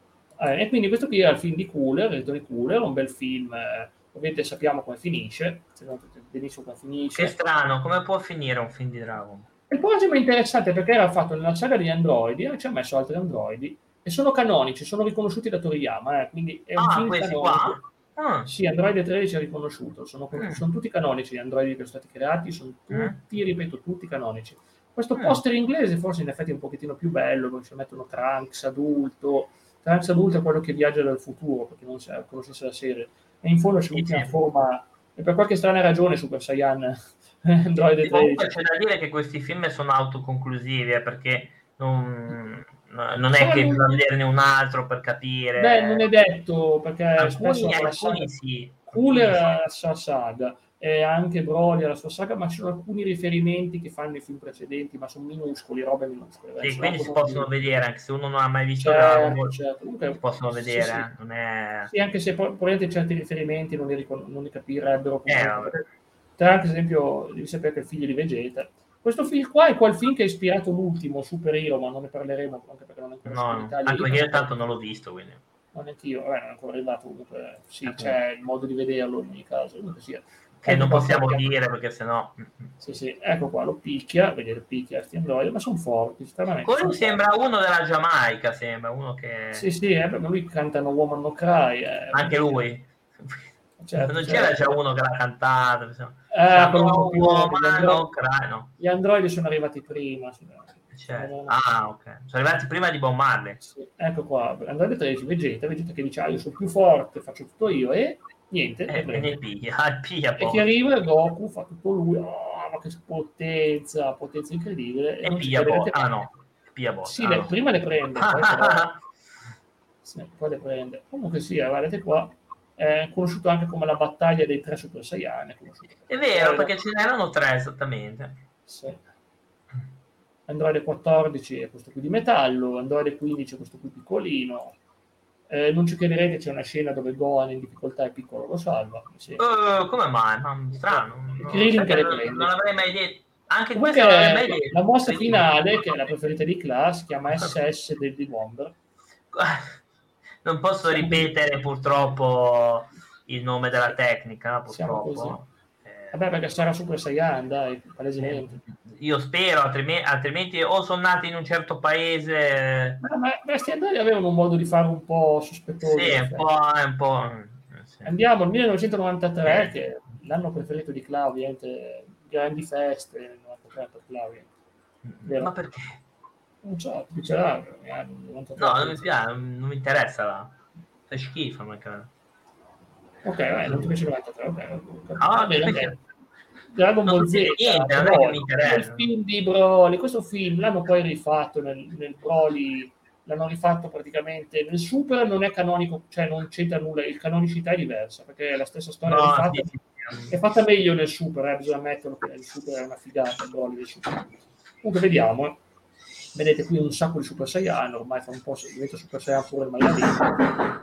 Eh, e quindi questo qui è il film di Cooler, il ritorno di Cooler, un bel film, eh, ovviamente sappiamo come finisce, sappiamo benissimo come Che finisce. strano, come può finire un film di Dragon? Il progetto è interessante perché era fatto nella saga degli androidi e ci ha messo altri androidi e sono canonici, sono riconosciuti da Toriyama, eh, quindi è un Ah, film questi qua? canonico. Ah, Sì, Android tredici è riconosciuto, sono, mm, sono tutti canonici gli androidi che sono stati creati, sono mm, tutti, ripeto, tutti canonici. Questo mm. poster inglese forse in effetti è un pochettino più bello, dove ci mettono Trunks adulto. Trunks adulto è quello che viaggia dal futuro, perché non si conoscesse la serie. E in fondo c'è Sì, sì. l'ultima forma, e per qualche strana ragione Super Saiyan Android Sì, comunque tredici. c'è da dire che questi film sono autoconclusivi, eh, perché non, no- non è Sarà che bisogna l'un- vederne un altro per Beh, non capire. è detto, perché spesso Alcuni, hanno la saga. alcuni sì, Cooler alcuni sì. ha la sua saga, e anche Broly ha la sua saga, ma ci sono alcuni riferimenti che fanno i film precedenti, ma sono minuscoli, robe minuscole. Sì, Adesso quindi dopo si non possono ti... vedere, anche se uno non ha mai visto Dragon Certo, Ball, certo. si Comunque, possono sì, vedere, sì. eh, non è... Sì, anche se poi probabilmente certi riferimenti non li, ricon- non li capirebbero Eh, comunque. vabbè. Perché, tra anche, ad esempio, devi sapere che è il figlio di Vegeta. Questo film qua è quel film che ha ispirato l'ultimo, Super Hero, ma non ne parleremo anche perché non è ancora uscito No, in no, Italia. anche Io perché non io ancora... tanto non l'ho visto, quindi, Non neanch'io, vabbè, non è ancora arrivato comunque. Sì, appunto. c'è il modo di vederlo in ogni caso. Comunque sia. Che Ecco non qua, possiamo picchia. dire perché sennò... Sì, sì, ecco qua, lo picchia, vedete, picchia sti androidi, ma sono forti, stranamente Quello sono forti. sembra uno della Giamaica, sembra uno che... Sì, sì, eh, perché lui canta No Woman No Cry, eh, Anche quindi, lui. certo, Non c'era già certo. uno che l'ha cantata, insomma. Eh, Diceva, quello un po' no più, gli woman, androidi, no cry, no. gli androidi sono arrivati prima, sì, Certo. sono- Ah, ok. Sono arrivati prima di Bob Marley. sì, ecco qua, Android tredici, Vegeta, Vegeta che dice, ah, io sono più forte, faccio tutto io, e niente, le E, e ne prende. piglia, ah, piglia E chi poco. arriva, Goku, fa tutto lui, oh, ma che potenza, potenza incredibile, e E non ci piglia crederete botta. Ah mai. no, piglia botta. Sì, Ah, le- no. prima le prende, poi però... Sì, poi le prende. Comunque sì, guardate qua, è conosciuto anche come la battaglia dei tre Super Saiyan. È, è vero, poi, perché ce n'erano tre esattamente. Sì. Android quattordici è questo qui di metallo, Android quindici è questo qui piccolino. Eh, non ci crederete, c'è una scena dove Gohan in difficoltà è piccolo, lo salva. Sì. Uh, come mai? Ma strano. E No, Krillin che le non, prende. non l'avrei mai detto. Anche Comunque questo non l'avrei mai detto. la mossa Krillin. finale, che è la preferita di Class, si chiama S S del di Wonder. Non posso Siamo ripetere così. purtroppo il nome della tecnica, Siamo così. purtroppo. Eh, Vabbè, perché sarà Super Saiyan, dai, palesemente. eh, io spero, altrimenti, altrimenti o sono nati in un certo paese. Ma, ma questi andati avevano un modo di fare un po' sospettoso, Sì, in è un effetti. po', è un po'. eh, sì. Andiamo al millenovecentonovantatré, Eh. che è l'anno preferito di Cla, ovviamente, grandi feste nel novantatré per Cla, Ma vero? perché? Non so, ti piacerà, No, non mi piace, non mi interessa. Là. Fai schifo, manca. Ok, vai, non ti piace il novantatré, ok. Va Ah, bene, ok. Dragon non Ball Z, succede niente, non è che mi Broly, il interessa. film di Broly, questo film l'hanno poi rifatto nel, nel Broly, l'hanno rifatto praticamente nel Super, non è canonico, cioè non c'entra nulla, il canonicità è diversa, perché è la stessa storia No, rifatta, sì, sì, sì. è fatta meglio nel Super, eh, bisogna ammetterlo che il Super è una figata, il Broly del Super. Comunque vediamo, eh. Vedete qui un sacco di Super Saiyan, ormai fa un po' diventa Super Saiyan pure il maialino.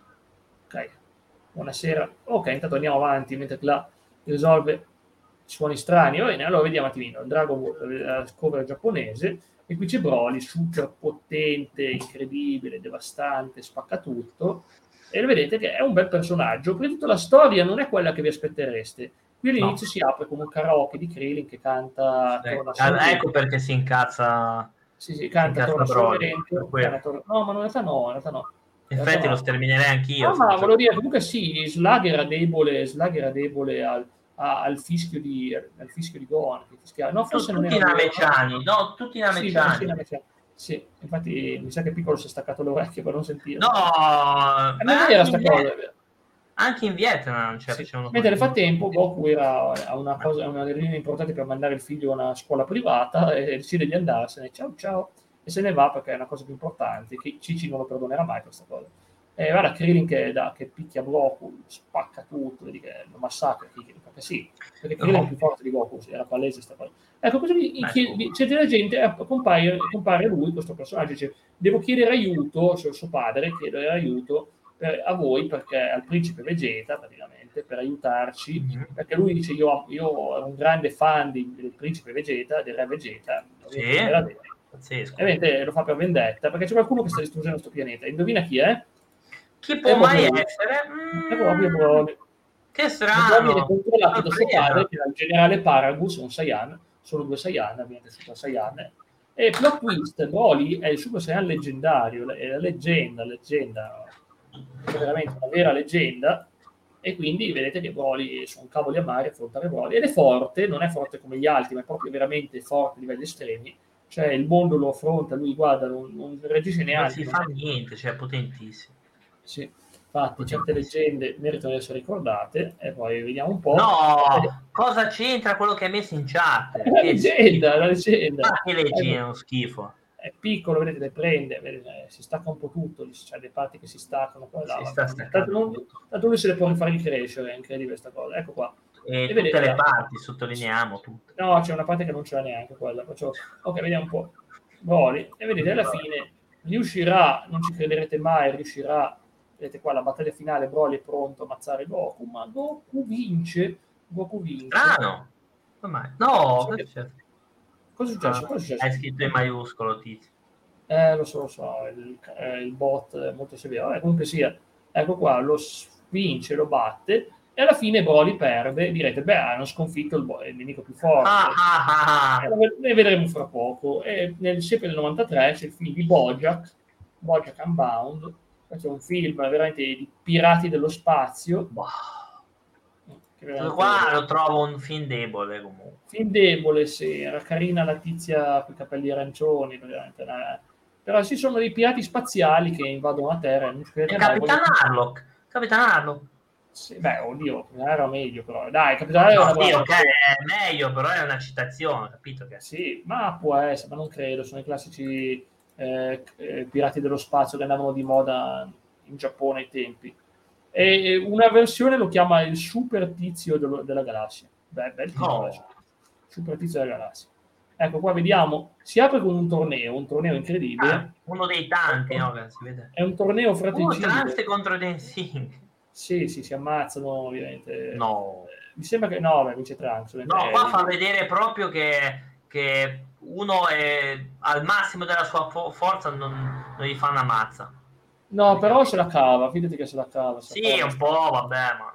Ok, buonasera. Ok, intanto andiamo avanti mentre là risolve suoni strani. Va bene, allora vediamo un attimino il Dragon Ball, la cover giapponese, e qui c'è Broly, super potente, incredibile, devastante, spacca tutto, e lo vedete che è un bel personaggio. Prima di tutto la storia non è quella che vi aspettereste. Qui No. all'inizio si apre con un karaoke di Krillin che canta Eh, Torna ecco Sorrento. perché si incazza. Sì, sì, Si canta incazza Torna Broly. Per Sorrento. quello. Torna... No, ma in realtà no, in realtà no. In In realtà effetti lo no. sterminerei anch'io. No, ma volevo dire, comunque sì, Slag era debole, Slag era debole al, a, al fischio di al fischio di Gohan, che fischiava. No, Tu, forse non tutti era vero. nameciani, no, tutti Sì, beh, sì, nameciani. Nameciano. Sì, infatti mi sa che Piccolo si è staccato le orecchie per non No, sentirlo. Eh, beh, non è vera anche in, sta cosa, Viet- è vero. anche in Vietnam cioè, Sì. facevano Mentre nel così. frattempo Goku era a una cosa, a una riunione importante per mandare il figlio a una scuola privata e decide di andarsene. Ciao ciao. E se ne va perché è una cosa più importante, che Cici non lo perdonerà mai questa cosa. E guarda Krillin che, da, che picchia Goku, spacca tutto, vedi che lo massacra, perché sì, perché Krillin è No, più forte di Goku, sì, era palese sta cosa. Ecco, così vi- beh, chi- vi- c'è della gente, eh, compare, compare lui, questo personaggio, dice, devo chiedere aiuto, cioè suo padre, chiedere aiuto per, a voi, perché al principe Vegeta, praticamente, per aiutarci, mhm. perché lui dice, io, io ero un grande fan di- del principe Vegeta, del re Vegeta, lo devo Sì, chiedere a te. E pazzesco. vedete, lo fa per vendetta, perché c'è qualcuno che sta distruggendo questo pianeta. Indovina chi è? Chi È può proprio mai lui. essere? È proprio Mm, Broly. che E Broly viene strano. controllato da suo padre, Sorpresa. che era il generale Paragus, un Saiyan, sono due Saiyan, ovviamente Super Saiyan. E plot twist, Broly è il Super Saiyan leggendario, è la leggenda, leggenda, è veramente una vera leggenda, e quindi vedete che Broly sono cavoli amari affrontare Broly, ed è forte, non è forte come gli altri, ma è proprio veramente forte a livelli estremi, cioè il mondo lo affronta, lui guarda, non, non reagisce Non neanche. si Non fa è... niente, cioè è potentissimo. Sì, infatti certe Potentissimo. leggende meritano di essere ricordate, e poi vediamo un po'. No, cosa c'entra quello che hai messo in È chat? una Che leggenda, è una schifo. leggenda. Ma che leggi È, è uno schifo. è piccolo, vedete, le prende, vedete, si stacca un po' tutto, c'è le parti che si staccano, qua e là, Si vabbè. sta Tanto, staccando non, tutto. tanto lui se le può rifare ricrescere, è incredibile questa cosa. Ecco qua. E E tutte vedete le là. parti, sottolineiamo tutte. No, c'è una parte che non c'era neanche quella. Faccio... Ok, vediamo un po'. Broly. E vedete, alla fine riuscirà, non ci crederete mai, riuscirà, vedete qua la battaglia finale, Broly è pronto a ammazzare Goku, ma Goku vince, Goku vince. Strano. Come mai? No, Sì. cosa è successo? Cosa è Ah, successo? Cosa è successo? hai scritto in maiuscolo, tizio. Eh, lo so, lo so, il, eh, il bot è molto severo. Eh, comunque sia, ecco qua, lo vince, lo batte, e alla fine Broly perde. Direte, beh, hanno sconfitto il, il nemico più Ah, forte. ah, ah, Eh, ah. ne vedremo fra poco. E nel, sempre nel novantatré c'è il film di Bojack, Bojack Unbound. Questo è un film veramente di pirati dello spazio. Boh. Che Questo veramente... qua lo trovo un film debole comunque. Film debole, sì, era carina la tizia con i capelli arancioni, veramente, eh. Però ci sono dei pirati spaziali che invadono la Terra e non ci E credete mai. Capitan Vogliono... Harlock. Capitan Harlock. Sì, beh, oddio, era meglio però. Dai, Capitano è No, una sì, buona ok, persona. è meglio, però è una citazione, capito che... Sì, ma può essere, ma non credo. Sono i classici eh, eh, pirati dello spazio che andavano di moda in Giappone ai tempi. E una versione lo chiama il Super Tizio dello, della Galassia. Beh, bel titolo, Oh. Super Tizio della Galassia. Ecco, qua vediamo, si apre con un torneo, un torneo incredibile. Ah, uno dei tanti, no? Che si vede. È un torneo fra Uh, Tegine. Trunks contro Densing. Sì, sì, si ammazzano ovviamente. No. Mi sembra che no, beh, vince Trunks. No, qua fa vedere proprio che, che uno è al massimo della sua fo- forza, non, non gli fa una mazza. No, però se la cava, fidati che se la cava. Se Sì, la un po', vabbè, ma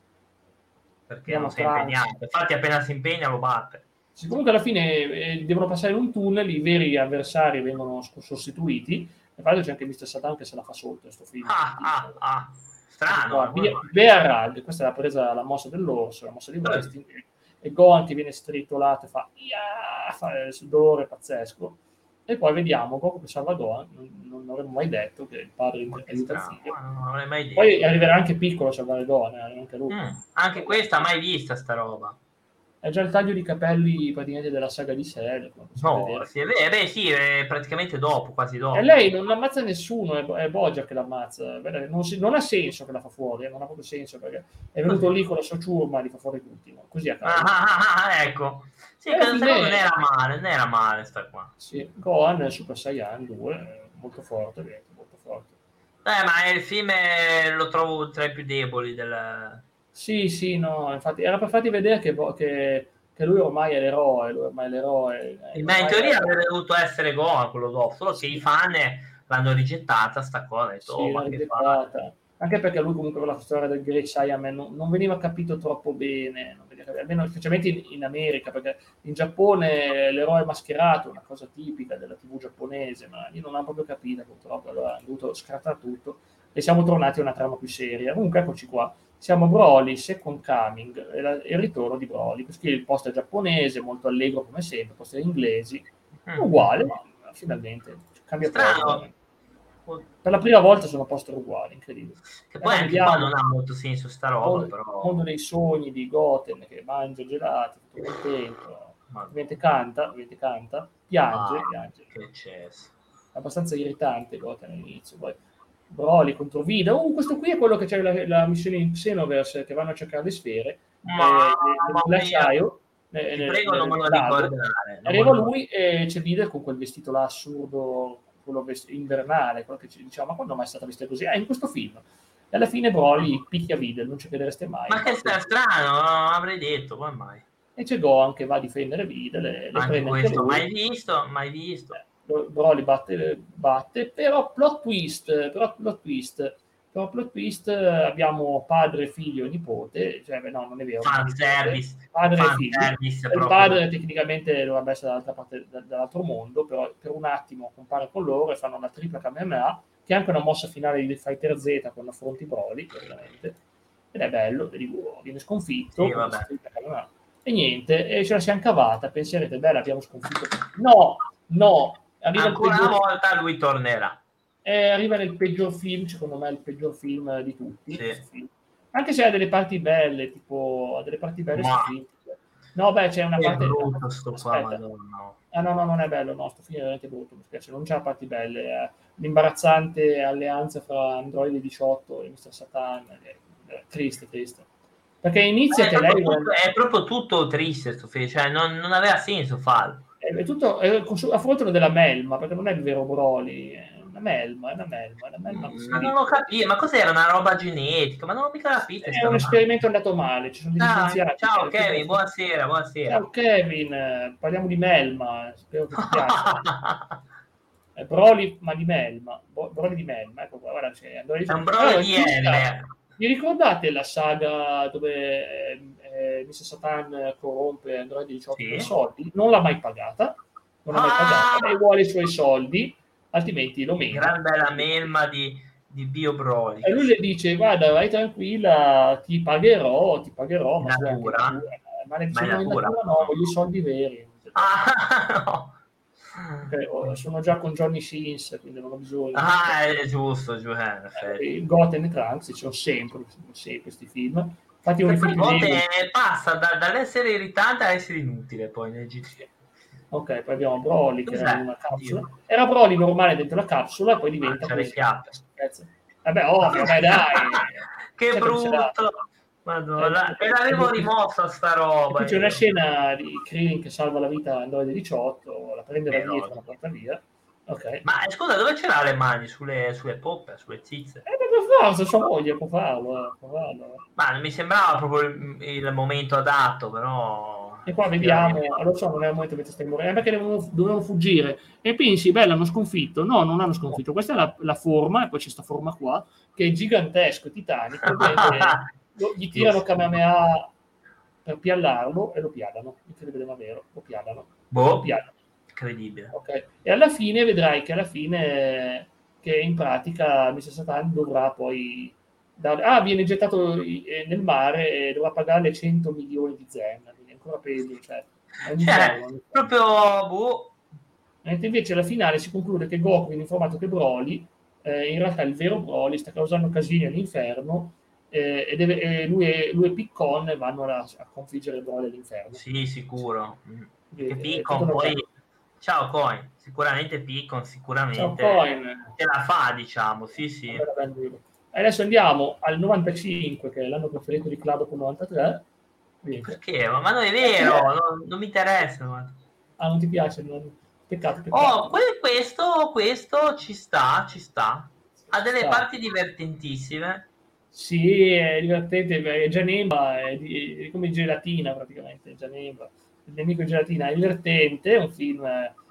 perché Andiamo non si è Trunks. impegnato. Infatti appena si impegna lo batte. Sì, comunque alla fine eh, devono passare in un tunnel, i veri avversari vengono s- sostituiti. E poi c'è anche mister Satan che se la fa sotto questo film. Ah, ah, ah. Strano. Qua, come mai? Bear Rag, questa è la presa la mossa dell'orso, la mossa di Westing, e Gohan che viene stritolato e fa, "Ia", fa il dolore pazzesco. E poi vediamo Goku che salva Gohan, non, non avremmo mai detto che il padre Ma che aiuta il strano, figlio. ma non avrei mai detto. Poi arriverà anche Piccolo a salvare Gohan, eh, anche lui. Mm, anche questa mai vista sta roba. È già il taglio di capelli praticamente della saga di Cell, come possiamo No, vedere. sì, beh, beh, sì, è praticamente dopo, quasi dopo. E lei non ammazza nessuno, è, è Bojack che l'ammazza. Non, si, non ha senso che la fa fuori, eh, non ha proprio senso perché è venuto Così. lì con la sua ciurma, li fa fuori tutti, no? Così a caso. Ah, ah, ah, ah, ecco. Sì, E alla questa fine- cosa non era male, non era male sta qua. Sì, Gohan è Super Saiyan due, molto forte, ovviamente, molto forte. Eh, ma il film è- lo trovo tra i più deboli del... Sì, sì, no, infatti era per farti vedere che, che, che lui ormai è l'eroe, lui ormai è l'eroe. Sì, ma in ormai teoria è- avrebbe dovuto essere Gohan quello dopo, solo che Sì. i fan l'hanno rigettata sta cosa, hanno detto, Sì, oh, l'ha ma che fa? rigettata. Anche perché lui comunque con la storia del Great Saiyaman non, non veniva capito troppo bene, non veniva, almeno specialmente in, in America, perché in Giappone l'eroe mascherato è una cosa tipica della tivù giapponese, ma lì non hanno proprio capito purtroppo, allora hanno dovuto scartare tutto e siamo tornati a una trama più seria. Comunque eccoci qua, siamo Broly, Second Coming, e la- e il ritorno di Broly, questo qui il post è giapponese, molto allegro come sempre, post è inglesi, Mm. uguale, ma finalmente cambia Strano. poco. Per la prima volta sono poster uguali, incredibile. Che E poi noi anche qua vediamo non ha molto senso sta roba, mondo, però... mondo dei sogni di Goten che mangia gelati, tutto contento, ovviamente canta, ovviamente canta, piange, Ah, piange. che eccesso. È abbastanza irritante Goten all'inizio, poi Broly contro Vida. Uh, questo qui è quello che c'è la, la missione in Xenoverse che vanno a cercare le sfere, Mamma eh, nel ghiacciaio, Ti nel, prego, non me lo nel lago. ricordare. non Arriva me lo- lui e c'è Vida con quel vestito là assurdo, quello vest- invernale, quello che ci diciamo, ma quando mai è stata vista così? Ah, in questo film. E alla fine Broly picchia Videl, non ci credereste mai. Ma che sta strano, non avrei detto, come mai? E c'è Gohan che va a difendere Videl, le, le Anche prende anche questo, lui. mai visto, mai visto. Eh, Broly batte, batte, però plot twist, però plot twist, però plot twist, eh, abbiamo padre, figlio e nipote, cioè beh, no, non è vero, Fan nipote, service, padre fan e figlio. service Il proprio. padre tecnicamente dovrebbe essere dall'altra parte, da- dall'altro mondo, però per un attimo compare con loro e fanno una tripla Kamehameha, che è anche una mossa finale di Fighter Z quando affronti Broly, praticamente. Ed è bello, vedi, viene sconfitto Sì, con vabbè. questa tripla Kamehameha. E niente, e ce la siamo cavata, penserete, beh, l'abbiamo sconfitto. No, no, arriva il Ancora peggior, una volta lui tornerà. eh, arriva nel peggior film, secondo me, il peggior film di tutti. Sì. questo film. Anche se ha delle parti belle, tipo, ha delle parti belle sto Ma- film. No, beh, c'è una Che parte... brutto sto qua, Aspetta. madonna. Ah, no, no, non è bello, no, sto film è veramente brutto, mi spiace, non c'ha parti belle. eh. L'imbarazzante alleanza fra Android diciotto e mister Satan, è, è triste, triste. Perché inizia È che lei... proprio, tutto, è proprio tutto triste sto film, cioè non, non aveva senso farlo. È tutto è, affrontano della melma, perché non è il vero Broly, è una melma, è una melma, è una melma che si Ma non lo capivo, ma cos'era una roba genetica? Ma non l'ho mica capito. È un esperimento andato male, ci sono degli Ciao, scienziati. ciao che- Kevin, buonasera, buonasera. Ciao Kevin, eh, parliamo di melma, spero che ti piaccia. È Broly, ma di melma, Bo- Broly di melma, ecco qua, guarda, c'è. È un Broly di M. Vi ricordate la saga dove eh, eh, mister Satan corrompe Android diciotto Sì. per soldi? Non l'ha mai pagata, non l'ha mai Ah! pagata, e vuole i suoi soldi, altrimenti lo menga. Gran bella melma di, di Bio Broly. E lui le dice, guarda, vai tranquilla, ti pagherò, ti pagherò, In ma tu natura? anche tu. Eh, Ma le dice, Ma in no, in natura? natura no, voglio i soldi veri. Ah, no. Perché, oh, sono già con Johnny Sins, quindi non ho bisogno. Ah, è giusto, giusto, eh, in effetti. Eh, Goten e Trunks ci sono sempre, sempre questi film. Infatti uno Che dei poi film più volte deboli- passa da- dall'essere irritante a essere inutile poi nel G T. Ok, poi abbiamo Broly che era Cos'è? in una capsula. Era Broly normale dentro la capsula e poi diventa Ah, c'ha le così. chiappe. Schifezza. Vabbè, ovvio, dai, dai. Che Certo che ce l'ha. brutto. Madonna, Eh, e l'avevo eh, rimossa sta E roba poi c'è una io. scena di Krillin che salva la vita a Androide diciotto, la prende da Eh, dietro, no. la porta via. Ok. Eh, Ma eh, scusa, dove ce l'ha le mani? Sulle, sulle poppe, sulle zizze? beh, per forza, sua moglie può farlo, eh, può farlo. Ma non mi sembrava proprio il, il momento adatto, però E qua effettivamente. vediamo, lo so, non è il momento mentre stai morendo, perché dovevano, dovevano fuggire. E pensi, beh, l'hanno sconfitto. No, non l'hanno sconfitto. Questa è la, la forma, e poi c'è questa forma qua, che è gigantesco, titanico, ovviamente lo- gli tirano Giusto. Kamehameha per piallarlo e lo piallano. Incredibile ma vero, lo piallano. Lo Boh, piallano. incredibile. Ok. E alla fine vedrai che alla fine che in pratica mister Satan dovrà poi dare, ah, viene gettato i- eh, nel mare e dovrà pagare cento milioni di zen, quindi ancora peggio, cioè è un Cioè, inferno. Un inferno. proprio, boh. Mentre invece alla finale si conclude che Goku viene informato che Broly, eh, in realtà il vero Broly, sta causando casini all'inferno, eh, e, deve- e lui, e, lui e Piccon vanno a, a confliggere Broly all'inferno. Sì, sicuro. Mm. Perché Quindi è tutto Piccon poi. normale. Ciao Coin, sicuramente Piccon, Ciao sicuramente Coin. ce la fa, diciamo, sì, sì. Vabbè, vabbè, lui. Adesso andiamo al novantacinque, che è l'anno preferito di Claudio con novantatré. Niente. Perché? Ma, ma non è vero, non, non mi interessa. Ma. Ah, non ti piace? Non... Peccato, Oh, peccato. que- questo, questo ci sta, ci sta. Ha delle Sta. parti divertentissime. Sì, è divertente, è Janemba, è, di- è come gelatina praticamente, Janemba. Il nemico è gelatina, è divertente, è un film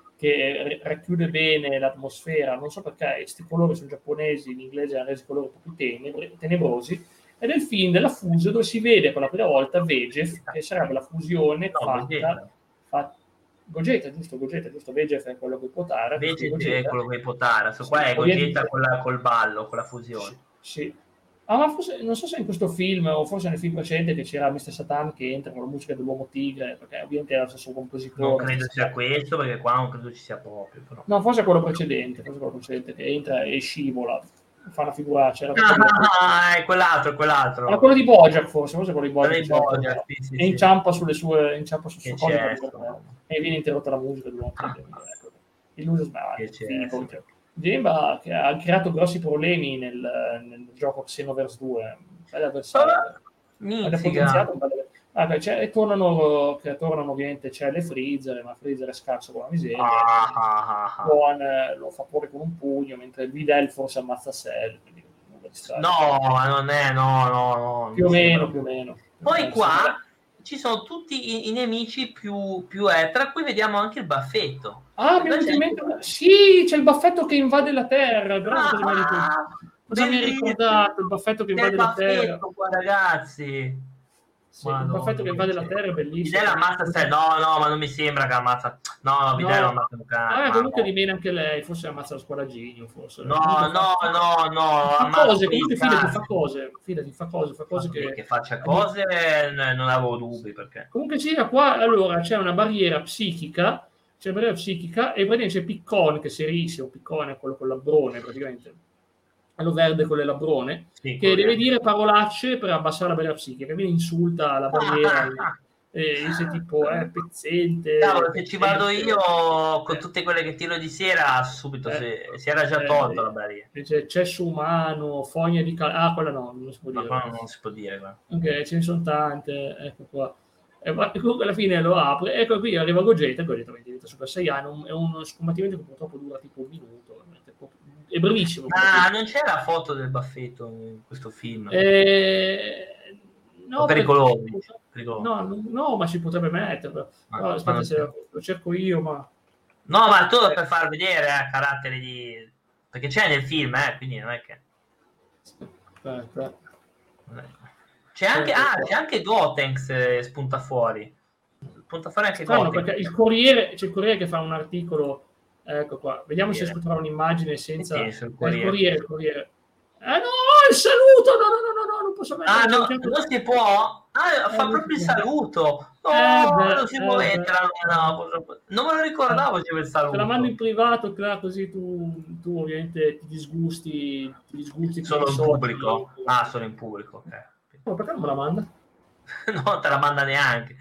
che racchiude bene l'atmosfera, non so perché questi colori sono giapponesi, in inglese hanno reso i colori un po' più tenebre, tenebrosi, ed è il film della Fuse dove si vede per la prima volta Vegef, che sarebbe la fusione No, fatta, Vegeta. fatta Gogeta, giusto, Gogeta, giusto, Vegef è quello che può Potara, questo è Vegeta è Gogeta. quello che Potara. So qua Sì, è Gogeta ovviamente, con la- col ballo, con la sì, fusione. sì. Ah, ma forse, non so se in questo film o forse nel film precedente che c'era mister Satan che entra con la musica dell'uomo tigre, perché ovviamente era lo stesso Non compositore, credo stessa sia cosa. questo, perché qua non credo ci sia proprio. Però. No, forse è quello precedente, forse è quello precedente che entra e scivola, fa una figuraccia, era troppo divertente. Ah, è quell'altro, è Era quello quell'altro. di Bojack forse, forse quello di Quello Bojack che di c'era Bojack, ancora. sì, sì, E sì. inciampa sulle sue, inciampa su Che sue cose per c'è, arrivare e viene interrotta la musica dell'uomo tigre. Ecco. Illuso, ma che c'è. figo. Cioè. Gemba che ha creato grossi problemi nel, nel gioco Xenoverse due, un bel avversario. Ha Mizzica. depotenziato un bel ah, beh, c'è, e tornano, che tornano ovviamente c'è le Freezer, ma Freezer è scarso con la miseria, Ah, quindi ah, ah. Gohan eh, lo fa fuori con un pugno, mentre Videl forse ammazza Cell, quindi nulla di strano. No, non è, no, no, no, non Più mi o sembra. meno, più o meno. Poi Eh, sì, qua ci sono tutti i, i nemici più, più eh, tra cui vediamo anche il baffetto. ah, E mi è poi venuto c'è in anche. mente una... Sì, c'è il baffetto che invade la Terra, bravo, cosa mi hai ricordato? Ah, Cosa mi hai bellissimo! ricordato? Il baffetto che C'è il invade la Terra. baffetto qua, ragazzi. Sì, il baffetto Madonna, che che invade la c'è. Terra è bellissimo. Videl ammazza se. No, no, ma non mi sembra che ammazza. No, no, Videl non No, ammazza un cane. ah, Ma comunque no. rimane anche lei, forse ammazza lo squadrigino, forse. No, Comunque fa, no, no, no, fa ammazza cose, gli comunque fidati, fa scarsi. cose, fidati, fa cose, fa cose Vabbè, che... che faccia cose eh, non avevo dubbi perché. Comunque sia, qua allora c'è una barriera psichica, c'è una barriera psichica e praticamente c'è Piccone che si erisce, o Piccone quello con l'abbrone praticamente, quello verde con le labbrone, Sì, che quello deve lì. dire parolacce per abbassare la barriera psichica, quindi insulta la barriera, e dice tipo, eh, pezzente, Cavolo, se ci vado pezzente, io con eh, tutte quelle che tiro di sera, subito eh, si, si era già tolto la eh, barriera. dice cesso umano, fogna di cal- ah, quella no, non si può Ma dire. qua non si può dire. Guarda. Ok, ce ne sono tante, ecco qua. E va- e comunque alla fine lo apre, ecco qui arriva Gogeta, Gogeta diventa Super Saiyan, un- è uno scombattimento che purtroppo dura tipo un minuto, veramente poco- è brevissimo. il Ma combattimento. non c'è la foto del baffetto in questo film? Eh, O no, perché pericoloso? Pericoloso. no, no, no, ma si potrebbe mettere, Ma, però ma aspetta non se c'è. lo, lo cerco io, ma... No, ma tu eh, per far vedere eh, caratteri di. Perché c'è nel film, eh, quindi non è che. aspetta, C'è anche, cerco ah, qua. c'è anche Gotenks eh, spunta fuori. Spunta fuori anche Strano Gotenks. perché il Corriere, c'è il Corriere che fa un articolo, ecco qua, vediamo se Corriere. riesco a trovare un'immagine Metti senza... sul È il Corriere. Corriere, il Corriere. Ah no, il saluto! No, no, no, no, no, non posso Ah, mettere, c'è un no, certo... non si può? Ah, Eh, fa non si proprio il può. saluto. Eh No, beh, non si può eh beh. mettere. No, no, non me lo Eh, ricordavo c'era il te la mando in saluto. privato, Cla, così tu, tu ovviamente ti disgusti, ti disgusti più di Sono in solito. pubblico? Ah, sono in pubblico, ok. Oh, perché non me la manda? Non te la manda neanche.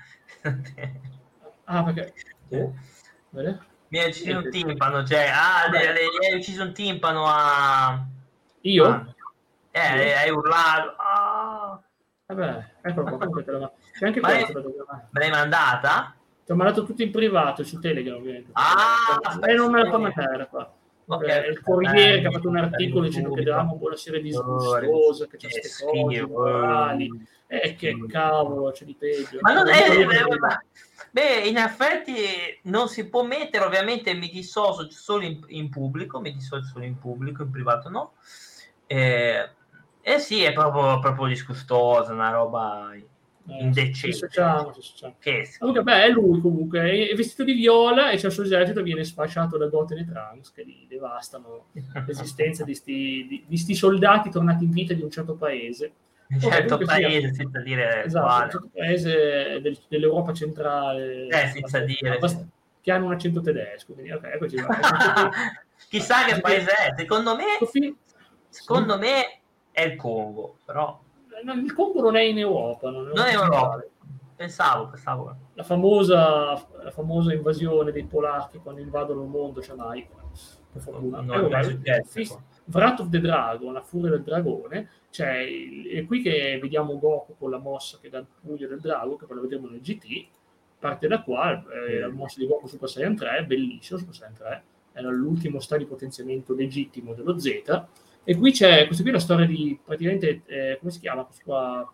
Ah, perché... Oh, vede? Mi hai ucciso un Niente. timpano, cioè, ah, Vabbè, le- le- gli hai ucciso un timpano a. io? Ah, Eh, hai urlato. Ah. Vabbè, eccolo qua, comunque te la... C'è anche Ma questo. me l'hai mandata? Ti ho mandato tutto in privato su Telegram, ovviamente. Ah, e non me la fa mandare qua. Okay, il Corriere eh, che ha fatto un articolo dicendo che Dragon Ball è una serie disgustosa, che c'è queste cose morali. E eh, che cavolo, c'è di peggio. Ma non è, beh, in effetti non si può mettere, ovviamente mi dissocio solo in, in pubblico, mi dissocio solo in pubblico, in privato no. Eh, eh sì, è proprio, proprio disgustosa, una roba indecente. Ci associamo, ci associamo. Che comunque, beh, è lui comunque, è vestito di viola e c'è il suo esercito, viene sfasciato da Goten e Trunks che li devastano l'esistenza di sti, di, di sti soldati tornati in vita di un certo paese. Un certo okay, paese, sia, senza dire esatto, quale. Un certo paese del, dell'Europa centrale. Eh, senza dire. Sì. Che hanno un accento tedesco. Quindi, okay, eccoci qua. Chissà che paese è. Secondo me, secondo sì. me è il Congo, però... No, il Congo non è in Europa. Non è, non è in Europa. Pensavo, pensavo. La famosa, la famosa invasione dei polacchi quando invadono il mondo, cioè mai. Per fortuna. No, no, no, Wrath of the Dragon, la furia del dragone, cioè è qui che vediamo Goku con la mossa che dà il pugno del drago, che poi lo vedremo nel G T, parte da qua, eh, la mossa di Goku Super Saiyan tre, bellissimo Super Saiyan tre, era l'ultimo stadio di potenziamento legittimo dello Z, e qui c'è, questa qui è la storia di, praticamente, eh, come si chiama questo qua,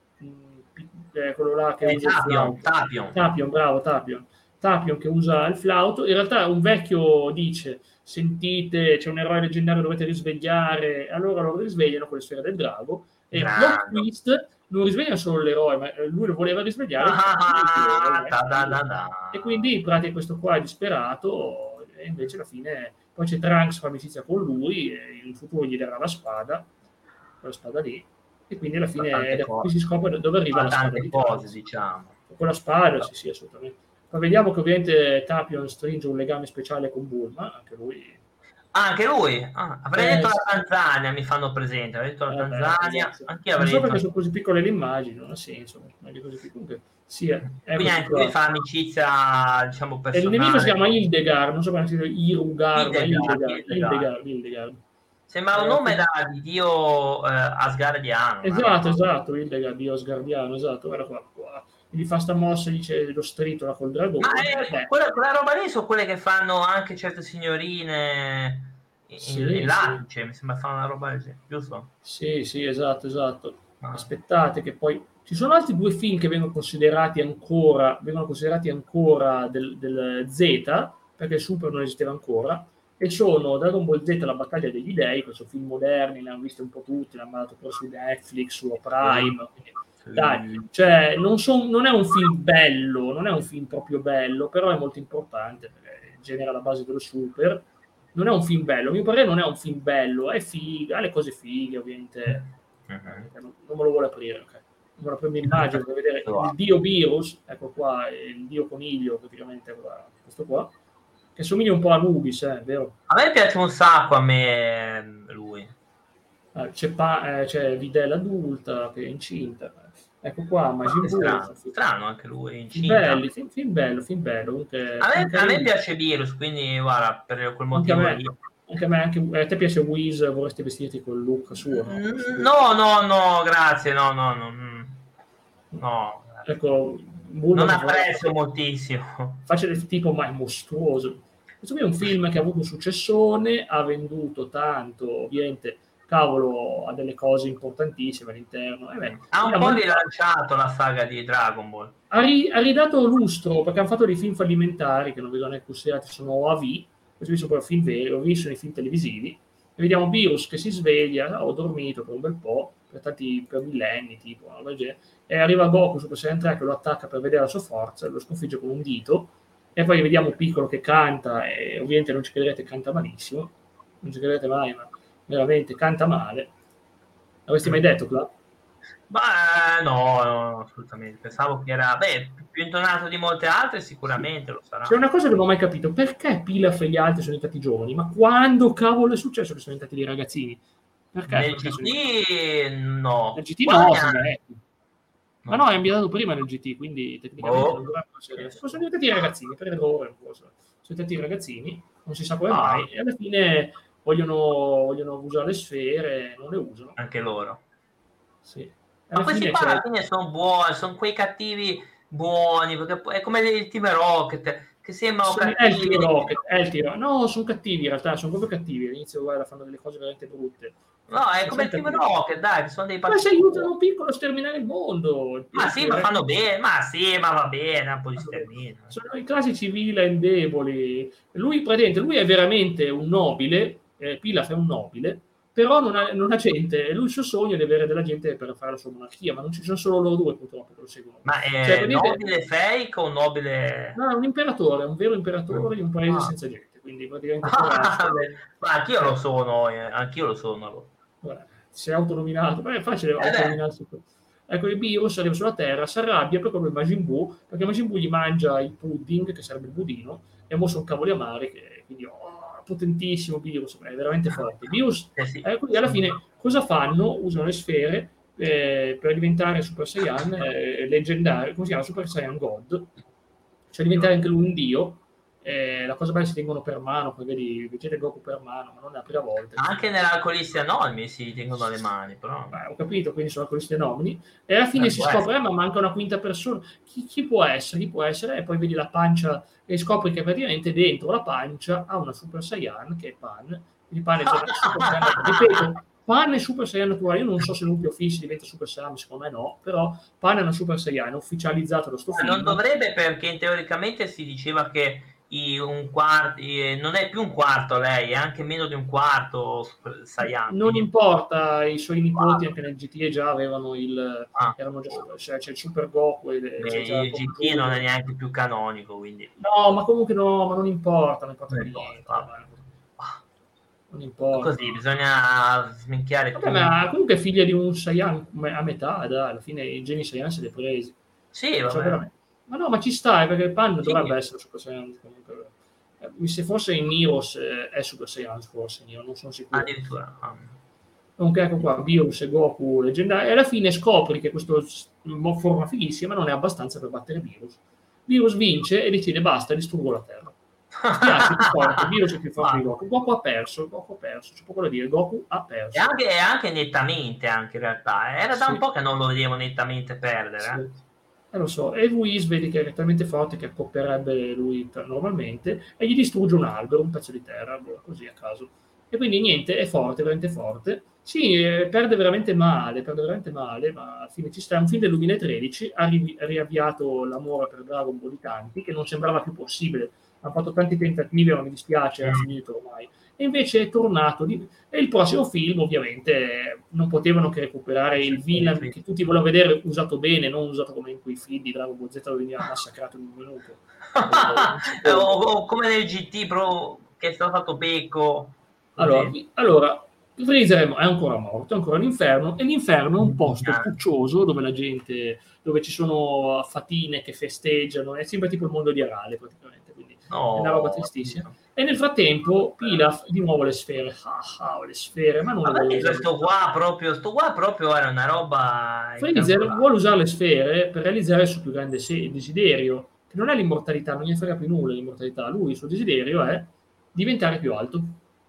eh, quello là che eh, usa Tapion, il flauto. Tapion. Tapion, bravo, Tapion. Tapion che usa il flauto, in realtà un vecchio dice sentite, c'è un eroe leggendario, dovete risvegliare, allora loro risvegliano con le sfere del drago, e il plot twist non risveglia solo l'eroe, ma lui lo voleva risvegliare, ah, da, da, da, da. e quindi in pratica questo qua è disperato, e invece alla fine poi c'è Trunks fa amicizia con lui, e in futuro gli darà la spada, quella spada lì, e quindi alla fine da qui si scopre dove arriva la spada di cose, diciamo. Con la spada, no. sì, sì, assolutamente. Poi vediamo che ovviamente Tapion stringe un legame speciale con Bulma, anche lui. Ah, anche lui? Ah, avrei eh, detto sì. La Tanzania, mi fanno presente, avrei detto la eh, Tanzania. Beh, anche non so detto... perché sono così piccole le immagini, non ha senso. Così comunque, sì, è, è quindi anche lui fa amicizia, diciamo, personale. E il nemico si chiama Hildegard, non so come si chiama, Irugar, Hildegard, Hildegard, Hildegard, Hildegard. Sembra un nome da di dio eh, asgardiano. Esatto, no? esatto, Hildegard, dio asgardiano, esatto, guarda qua, qua. Gli fa sta mossa, dice lo stritola col dragone. Ma eh, quella, quella roba lì sono quelle che fanno anche certe signorine in, sì, in là, sì. Cioè, mi sembra fare una roba così, giusto? Sì, sì, esatto, esatto. Ah. Aspettate che poi ci sono altri due film che vengono considerati ancora vengono considerati ancora del, del Z, perché il Super non esisteva ancora, e sono Dragon Ball Z, la battaglia degli dei, questo film moderni, ne hanno visto un po' tutti, l'hanno mandato pure su Netflix, su Prime, quindi, dai, cioè non, son, non è un film bello, non è un film proprio bello, però è molto importante perché genera la base dello Super. Non è un film bello, a mio parere non è un film bello, è figa, ha le cose fighe, ovviamente uh-huh. non, non me lo vuole aprire, okay. Non me lo prendo immagine per vedere il dio Virus, ecco qua, il dio coniglio praticamente, questo qua, che somiglia un po' a Nubis, eh, vero? A me piace un sacco, a me lui. C'è, pa- eh, c'è Videl adulta che è incinta, ecco qua Majin Buu, strano, strano anche lui film belli, film, film bello, film bello comunque, a me, a me piace Virus, quindi guarda, per quel motivo anche a me, anche a me anche, a te piace Whis, vorresti vestirti col look suo, no? No, no, no, grazie, no, no, no, no. Ecco, non apprezzo fa... moltissimo. Faccia del tipo ma è mostruoso. Questo qui è un film che ha avuto un successone, ha venduto tanto, ovviamente cavolo, ha delle cose importantissime all'interno. Eh beh, ha un po' rilanciato la saga di Dragon Ball. Ha, ri- ha ridato lustro, perché hanno fatto dei film fallimentari che non vengono neanche considerati, sono O A V, questi sono però film veri, O V sono i film televisivi, e vediamo Virus che si sveglia, ho dormito per un bel po', per tanti, per millenni, tipo, no? E arriva Goku Super Saiyan tre che lo attacca per vedere la sua forza, lo sconfigge con un dito, e poi vediamo Piccolo che canta, e ovviamente non ci crederete, canta malissimo, non ci crederete mai, ma veramente canta male. Avresti mai detto, Cla? Ma no, no, assolutamente. Pensavo che era beh, più intonato di molte altre, sicuramente lo sarà. C'è una cosa che non ho mai capito: perché Pilaf e gli altri sono diventati giovani? Ma quando cavolo è successo che sono diventati dei ragazzini? Perché? Nel perché G T no. Nel G T no, sono vecchi. Ma no, è ambientato prima nel G T, quindi tecnicamente oh. non dovrebbero essere. Sono diventati ragazzini, per errore, sono diventati ragazzini, non si sa come ah. mai, e alla fine vogliono, vogliono usare le sfere, non le usano. Anche loro. Sì. Ma questi qua alla fine sono buoni, sono quei cattivi buoni, perché è come il Team Rocket, che sembrano sono, cattivi. È il Team Rocket, è il Team... No, sono cattivi in realtà, sono proprio cattivi. All'inizio guarda, fanno delle cose veramente brutte. No, è come il Team Rocket, dai, che sono dei ma se aiutano un piccolo a sterminare il mondo. Ma sì, ma fanno bene, ma sì, ma va bene, un po' di sterminio. Sono i classici villain deboli. Lui, praticamente, lui è veramente un nobile, eh, Pilaf è un nobile, però non ha, non ha gente. Lui il suo sogno è di avere della gente per fare la sua monarchia, ma non ci sono solo loro due purtroppo che lo seguono. Ma è cioè, nobile fake o nobile... No, è un imperatore, un vero imperatore di un paese ah. senza gente. Quindi praticamente... Ah, ma anch'io lo sono, eh, anch'io lo sono. Guarda, si è autonominato, ma è facile eh autonominarsi. Ecco, il virus arriva sulla Terra, si arrabbia proprio come Majin Buu, perché Majin Buu gli mangia il pudding, che sarebbe il budino, e mo sono cavoli amari, che quindi oh, potentissimo virus, è veramente forte. Il virus, eh sì. eh, quindi alla fine cosa fanno? Usano le sfere eh, per diventare Super Saiyan eh, leggendario, come si chiama? Super Saiyan God, cioè diventare anche lui un dio. Eh, la cosa bella si tengono per mano, poi vedi Vegeta e Goku per mano, ma non è la prima volta. Anche nell'Alcolisti Anonimi si tengono le mani, però. Beh, ho capito, quindi sono Alcolisti Anonimi. E alla fine eh, si scopre, eh, ma manca una quinta persona. Chi, chi può essere? Chi può essere? E poi vedi la pancia e scopri che praticamente dentro la pancia ha una Super Saiyan, che è Pan. Quindi Pan è già Super Saiyan. Ripeto, Pan è Super Saiyan naturale. Io non so se Lumpio Fissi diventa Super Saiyan, secondo me no, però Pan è una Super Saiyan, ufficializzata da sto ma film. Non dovrebbe, perché teoricamente si diceva che un quarto, non è più un quarto lei, è anche meno di un quarto Saiyan. Non importa, i suoi nipoti ah. anche nel G T E già avevano il ah. erano già super, cioè, c'è il Super Goku e Beh, c'è già il G T E non è neanche più canonico, quindi no, ma comunque no, ma non importa, non importa, non importa, non importa. Così bisogna sminchiare Vabbè, ma comunque è figlia di un Saiyan a metà, dai, alla fine i geni Saiyan se li ha presi. Sì, cioè, vabbè. Veramente. Ma no, ma ci sta, perché il Pan sì. dovrebbe essere Super Saiyan comunque. Se fosse in Heroes è Super Saiyan, forse io non sono sicuro. Addirittura. Comunque ecco qua, Virus e Goku leggendari, e alla fine scopri che questo forma fighissima non è abbastanza per battere Virus. Virus vince e decide basta, distruggo la Terra. Spiace, più forte, Virus è più forte ah. di Goku. Goku ha perso, Goku ha perso, c'è poco da dire, Goku ha perso. E anche, anche nettamente, anche in realtà. Era da sì. un po' che non lo vedevo nettamente perdere. Sì. Eh. Eh, lo so, e Whis vedi che è talmente forte che accopperebbe lui normalmente e gli distrugge un albero, un pezzo di terra, boh, così a caso. E quindi niente, è forte, veramente forte. Sì, eh, perde veramente male, perde veramente male, ma alla fine ci sta. È un film del duemilatredici, ha ri- riavviato l'amore per Dragon Ball di tanti, che non sembrava più possibile. Hanno fatto tanti tentativi, ma mi dispiace, era finito ormai. E invece è tornato. Di... E il prossimo film, ovviamente, non potevano che recuperare il villain che tutti volevano vedere usato bene, non usato come in quei film di Dragon Ball Z dove veniva massacrato in un minuto. o, o come nel G T, però, che è stato fatto becco. Allora, allora, Freezer è ancora morto, è ancora all'inferno, e l'inferno è un posto puccioso dove la gente, dove ci sono fatine che festeggiano, è sempre tipo il mondo di Arale praticamente, quindi no, è una roba tristissima. E nel frattempo Pilaf di nuovo le sfere, ah, ah, le sfere, ma non ma le vuole usare. Sto qua proprio, sto qua proprio era una roba. Freezer vuole usare le sfere per realizzare il suo più grande se- desiderio, che non è l'immortalità, non gli frega più nulla l'immortalità, lui il suo desiderio è diventare più alto.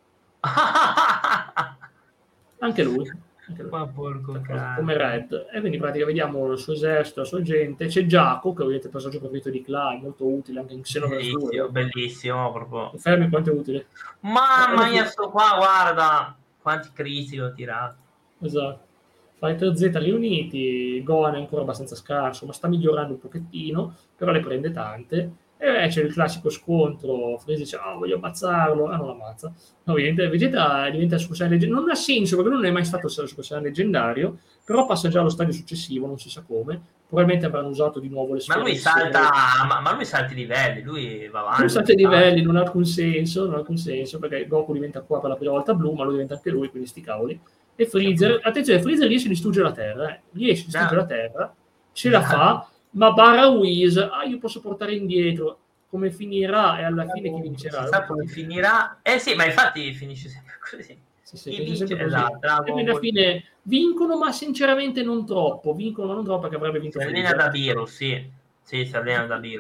Anche lui, anche lui. Ma porco cazzo. Come Red, e quindi in pratica vediamo il suo esercito, la sua gente. C'è Giaco, che ovviamente è il personaggio preferito di Clay, molto utile anche in Xenoverse bellissimo, due. Bellissimo proprio. Fermi quanto è utile. Mamma mia, sto qua, guarda quanti critici ho tirato. Esatto. Fighter Z riuniti, Gohan è ancora abbastanza scarso, ma sta migliorando un pochettino, però le prende tante. E c'è il classico scontro, Freezer dice, oh, voglio ammazzarlo, ah, non l'ammazza. No, ovviamente Vegeta diventa Super Saiyan leggendario, non ha senso perché non è mai stato Super Saiyan leggendario, però passa già allo stadio successivo, non si sa come, probabilmente avranno usato di nuovo le sfere. Ma lui salta, ma, ma lui salta i livelli, lui va avanti. Lui salta i livelli, non ha alcun senso, non ha alcun senso, perché Goku diventa qua per la prima volta blu, ma lui diventa anche lui, quindi sti cavoli. E Freezer, attenzione, Freezer riesce a distruggere la Terra, eh. riesce a distruggere la Terra, ce la fa, ma barra Whis, ah, io posso portare indietro, come finirà e alla fine chi vincerà? Sa come finirà? Eh sì, ma infatti finisce sempre così. Sì, sì, chi vince, sempre così. Esatto, e quindi alla fine vincono, ma sinceramente non troppo, vincono ma non troppo perché avrebbe vinto si allena da Virus, sì, sì, si allena da Virus.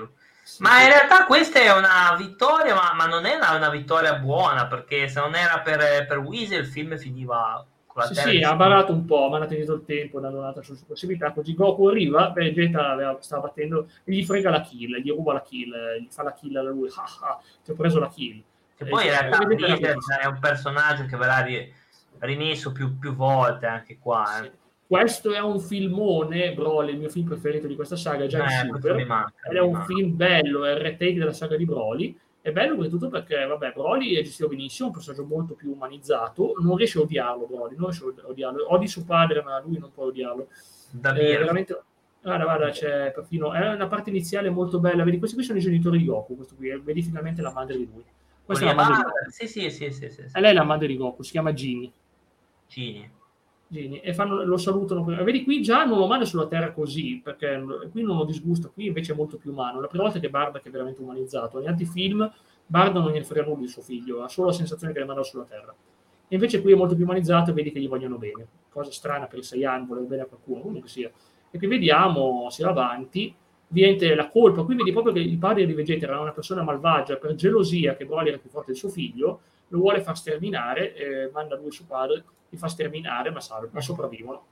Ma in realtà questa è una vittoria, ma, ma non è una, una vittoria buona, perché se non era per, per Weasel il film finiva con la Sì, terra sì, di ha scimmia. barato un po', ma hanno tenuto il tempo, danno un'altra su possibilità, così Goku arriva, Vegeta aveva- stava battendo, e gli frega la kill, gli ruba la kill, gli fa la kill a lui, ah, ah, ti ho preso la kill. Che E, poi in cioè, realtà Vegeta era Freezer felicissimo. è un personaggio che verrà ri- rimesso più, più volte anche qua. Sì. Questo è un filmone, Broly, il mio film preferito di questa saga, Eh, già in Eh, questo mi Super, manca, ed è mi un manca. film bello, è il retake della saga di Broly. È bello soprattutto perché, vabbè, Broly è gestito benissimo, è un personaggio molto più umanizzato, non riesce a odiarlo Broly, non riesce a odiarlo, odi suo padre, ma lui non può odiarlo. Eh, Davvero. veramente, guarda, guarda, c'è perfino, è una parte iniziale molto bella, vedi, questi qui sono i genitori di Goku, questo qui, vedi finalmente la madre di lui. Questa è la madre di Oliver, Goku, sì, sì, sì, sì, sì, e sì. lei è la madre di Goku, si chiama Ginny. Gini. Gini, e fanno, lo salutano. Vedi, qui già non lo manda sulla Terra così, perché qui non lo disgusta, qui invece è molto più umano. La prima volta che Bardock è veramente umanizzato. Negli altri film Bardock non gli frega nulla di suo figlio, ha solo la sensazione che le manda sulla Terra. E invece qui è molto più umanizzato e vedi che gli vogliono bene. Cosa strana per i Saiyan, voler bene a qualcuno, comunque sia. E qui vediamo, si va avanti, viene la colpa. Qui vedi proprio che il padre di Vegeta era una persona malvagia, per gelosia che Broly era più forte del suo figlio, lo vuole far sterminare, eh, manda lui suo padre, li fa sterminare, ma, salve, ma sopravvivono.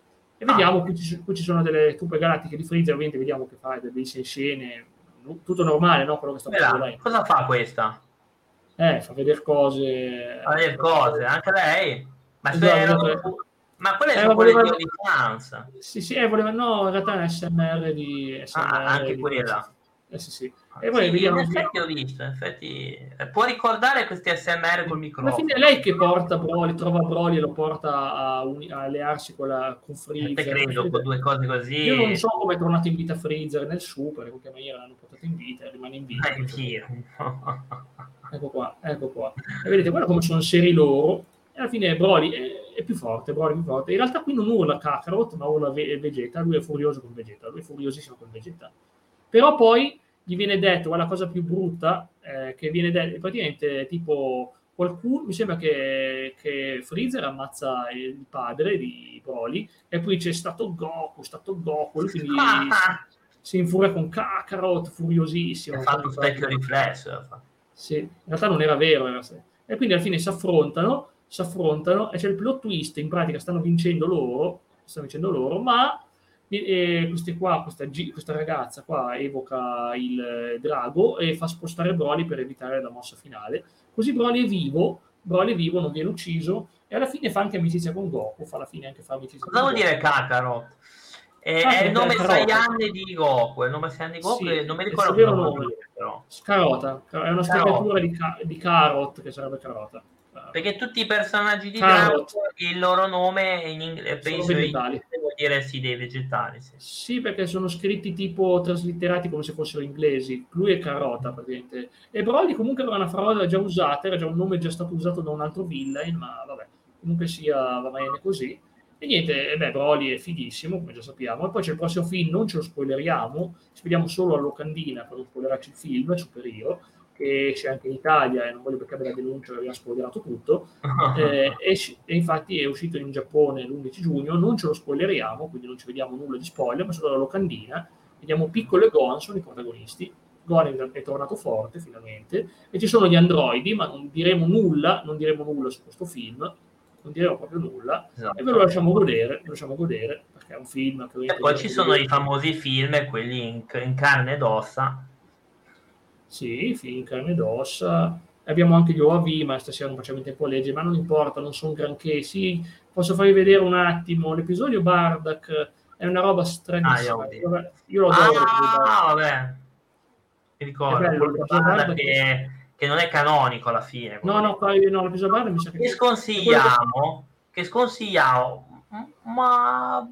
E Ah, vediamo, qui ci, qui ci sono delle truppe galattiche di Freezer, ovviamente vediamo che fa dei scene, tutto normale, no? Quello che sta facendo là, lei. cosa fa questa? Eh, fa vedere cose... Fa le cose, anche lei? Ma, se Esatto, erano- esatto. ma quelle Eh, sono ma quelle di voleva... OnlyFans. Sì, sì, eh, voleva... No, in realtà è un S M R di... Ah, S M R anche di... quella. Eh sì, sì. E poi Sì, in vediamo... effetti ho visto, in effetti eh, può ricordare questi A S M R col Alla fine è microfono. lei che porta Broly, trova Broly e lo porta a, uni- a allearsi con, la, con E te Freezer. Alla credo, fine, con due cose io non così, so come è tornato in vita Freezer nel Super, in qualche maniera l'hanno portato in vita, rimane in vita. Non so anch'io. Ecco qua, ecco qua. E vedete, guarda come sono seri loro. E alla fine Broly è, è più forte, Broly è più forte. In realtà qui non urla Kakarot, ma urla Ve- Vegeta. Lui è furioso con Vegeta, lui è furiosissimo con Vegeta. Però poi gli viene detto, guarda, la cosa più brutta, eh, che viene detto, praticamente tipo qualcuno, mi sembra che, che Freezer ammazza il padre di Broly, e poi c'è stato Goku, stato Goku, lui quindi si, si infuria con Kakarot, Ha furiosissimo. fatto specchio riflesso. ha fatto. Sì, in realtà non era vero, era... e quindi alla fine si affrontano, si affrontano e c'è il plot twist, in pratica stanno vincendo loro, stanno vincendo loro, ma eh, queste qua, questa, G, questa ragazza qua evoca il drago e fa spostare Broly per evitare la mossa finale, così Broly è vivo, Broly è vivo, non viene ucciso e alla fine fa anche amicizia con Goku, fa alla fine anche fa amicizia Cosa con vuol Goku. dire Kakarot? È, è il Kakarot è nome carota, Saiyan di Goku, è il nome Saiyan di Goku, sì, e non mi è il suo ricordo cosa vero vuol nome. dire però. Carota, è una Carot. screpolatura di, ca- di carrot, che sarebbe carota. Perché tutti i personaggi di Dragon Carrot, Ball, il loro nome in inglese, sono penso in vegetali. inglese vuol dire sì, dei vegetali, sì. Sì, perché sono scritti tipo traslitterati come se fossero inglesi. Lui è carota, praticamente. E Broly comunque era una parola già usata, era già un nome già stato usato da un altro villain, ma vabbè, comunque sia, va bene così. E niente, e beh, Broly è fighissimo, come già sappiamo. E poi c'è il prossimo film, non ce lo spoileriamo, ci vediamo solo a locandina per non spoilerarci il film, Super Hero, che esce anche in Italia e non voglio beccare la denuncia che abbiamo spoilerato tutto. Eh, e, e infatti è uscito in Giappone l'undici giugno, non ce lo spoileriamo, quindi non ci vediamo nulla di spoiler, ma solo la locandina, vediamo Piccolo e Gon, sono i protagonisti. Gon è tornato forte finalmente, e ci sono gli androidi, ma non diremo nulla, non diremo nulla su questo film, non diremo proprio nulla, e ve lo Esatto. lasciamo godere, ve lo lasciamo godere, perché è un film che E poi ci sono i famosi film, quelli in, in carne ed ossa. Sì, film in carne ed ossa. Abbiamo anche gli O A V, ma stasera non facciamo in tempo a leggere, ma non importa, non sono granché. Sì, posso farvi vedere un attimo. L'episodio Bardock è una roba Ah, io, stranissima. ho detto. Io lo adoro l'episodio Bardock. Ah, vabbè, mi È ricordo, bello quello di l'episodio Banda Bardock. che, che non è canonico alla fine, quello No, lì. no, qua- no, l'episodio Bardock mi sa che Che è quello che... sconsigliamo, che sconsigliamo, ma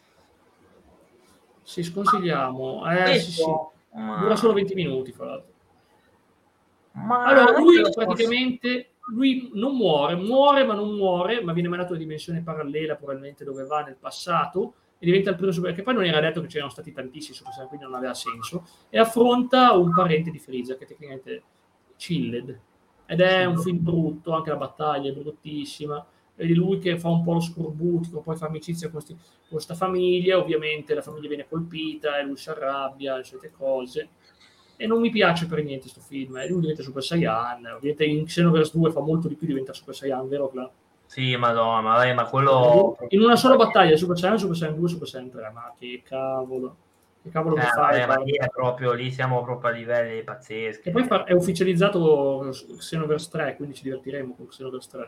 Sì, sconsigliamo. Eh, sì, sì. questo, Dura solo ma, venti minuti, fra l'altro. ma Allora, non è che lui lo sconsigliamo. praticamente lui non muore, muore ma non muore, ma viene mandato in una dimensione parallela, probabilmente dove va nel passato, e diventa il primo super, che poi non era detto che c'erano stati tantissimi Super Saiyan, quindi non aveva senso, e affronta un parente di Freezer, che tecnicamente è Chilled. Ed è un film brutto, anche la battaglia è bruttissima, e di lui che fa un po' lo scorbutico, poi fa amicizia con questa famiglia, ovviamente la famiglia viene colpita e lui si arrabbia, le solite cose. e non mi piace per niente sto film, e lui diventa Super Saiyan, ovviamente in Xenoverse due fa molto di più, diventa Super Saiyan, vero Cla? Sì, madonna, ma, vabbè, ma quello... In una sola battaglia, Super Saiyan, Super Saiyan due, Super Saiyan tre, ma che cavolo, che cavolo Eh, che fai? vabbè, ma lì è proprio, lì siamo proprio a livelli pazzeschi. E poi fa- è ufficializzato Xenoverse tre, quindi ci divertiremo con Xenoverse tre.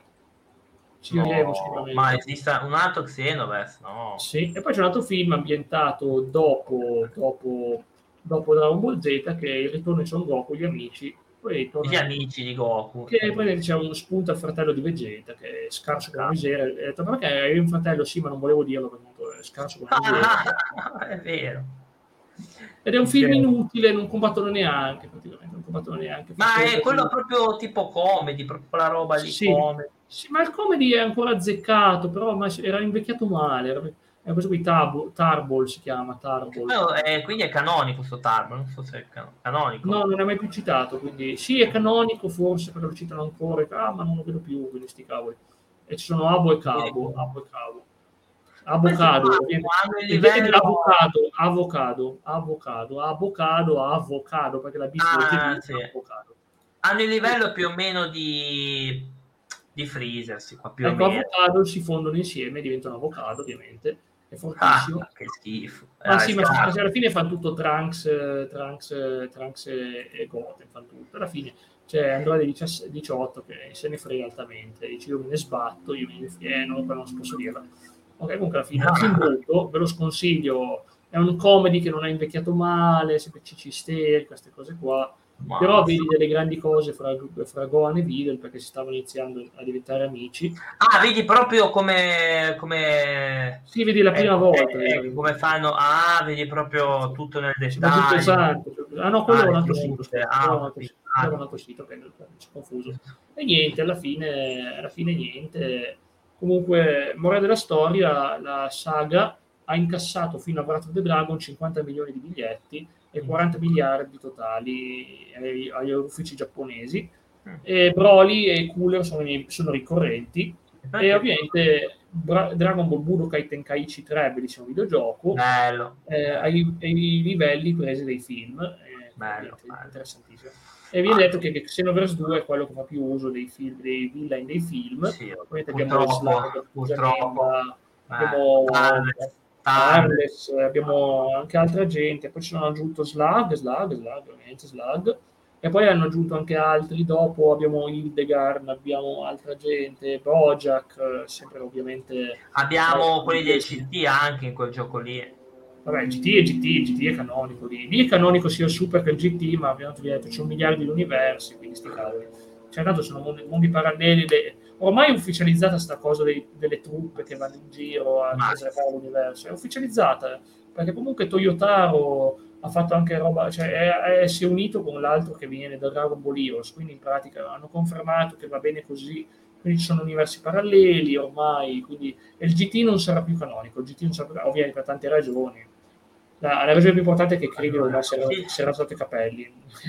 Ci divertiremo No, ma sicuramente. esiste un altro Xenoverse, no? Sì, e poi c'è un altro film ambientato dopo, dopo, dopo Dragon Ball Z, che è Il ritorno di Son Goku, gli amici, poi Gli tornano, amici di Goku. che poi c'è uno spunto al fratello di Vegeta, che è scarso come Ah. miseria. E ho detto, ma perché hai un fratello? Sì, ma non volevo dirlo, perché è scarso come miseria. È vero. Ed è un È film vero. inutile, non combattono neanche, praticamente, non combattono neanche. Ma Fatto è quello così. proprio tipo comedy, proprio la roba di Sì, comedy. sì, ma il comedy è ancora azzeccato, però ma era invecchiato male. Era, è questo qui, Tabo, Tarball si chiama, Tarball. Quello è- quindi è canonico sto Tarbo, non so se è cano- canonico. No, non è mai più citato, quindi sì, è canonico forse, perché lo citano ancora, ah, ma non lo vedo più, quindi sti cavoli. E ci sono Abo e Cabo, Abo e Cabo. Questi qua Avocado, viene, hanno il e viene livello... avocado, avocado, avocado, avocado, avocado, perché la B si legge Ah, B, sì. avocado. Hanno il livello più o meno di, di Freezer, sì, qua più o Ecco, meno. avocado si fondono insieme, diventano avocado, ovviamente, è Ah, fortissimo. che schifo. Ma Ah, sì, ma scarso. alla fine fanno tutto Trunks, eh, Trunks, eh, Trunks e, e Goten, fanno tutto. Alla fine c'è Android diciotto che se ne frega altamente, dice io me ne sbatto, io mi infieno, però non si posso dirla. Ok, comunque alla fine è un film brutto, ve lo sconsiglio, è un comedy che non ha invecchiato male, sempre cicisterico, queste cose qua. Ma Però vedi delle grandi cose fra, fra Gohan e Videl perché si stavano iniziando a diventare amici. Ah, vedi proprio come, come, Sì, vedi la prima ecco, volta. eh, ecco, come fanno. Ah, vedi proprio tutto nel Soprattutto il dettaglio. santo. Ah no, quello Ah, è un le altro sito, giunte. scusa, quello Ah, è ho un altro capito. sito, quello è Ah, un altro sito che mi sono confuso. E niente, alla fine, alla fine niente. Comunque, morale della storia, la saga ha incassato fino a Wrath of the Dragon cinquanta milioni di biglietti e quaranta miliardi totali ai- agli uffici giapponesi. E Broly e Cooler sono, sono ricorrenti. E ovviamente Bra- Dragon Ball Budokai Tenkaichi tre, bellissimo videogioco, bello, eh, ai, ai livelli presi dai film, eh, bello, ovviamente bello. interessantissimo. E viene Ah, detto che Xenoverse due è quello che fa più uso dei, film, dei villain dei film. sì, Ovviamente abbiamo purtroppo, Slag, purtroppo. Janemba, Eh, abbiamo Tarles, Tarles. Arles, abbiamo anche altra gente, poi ci hanno aggiunto Slag, Slag, Slag, ovviamente Slag, e poi hanno aggiunto anche altri, dopo abbiamo Hildegard, abbiamo altra gente, Bojack, eh, sempre ovviamente eh, Abbiamo quelli del inglesi. C T anche in quel gioco lì. Vabbè, G T è G T, G T è canonico lì. Lì è canonico sia il Super che il G T, ma abbiamo detto c'è un miliardo di universi, quindi sti cavoli. Cioè, tanto sono mondi, mondi paralleli. Le... Ormai è ufficializzata sta cosa dei, delle truppe che vanno in giro a Ma preservare l'universo. È ufficializzata, perché comunque Toyotaro ha fatto anche roba, cioè è, è, si è unito con l'altro che viene da Dragon Ball Heroes, quindi in pratica hanno confermato che va bene così, quindi ci sono universi paralleli ormai, quindi e il G T non sarà più canonico, il G T non sarà più, ovviamente per tante ragioni. La, la ragione più importante è che Krillin allora, ormai si era, sì, si era rasato i capelli.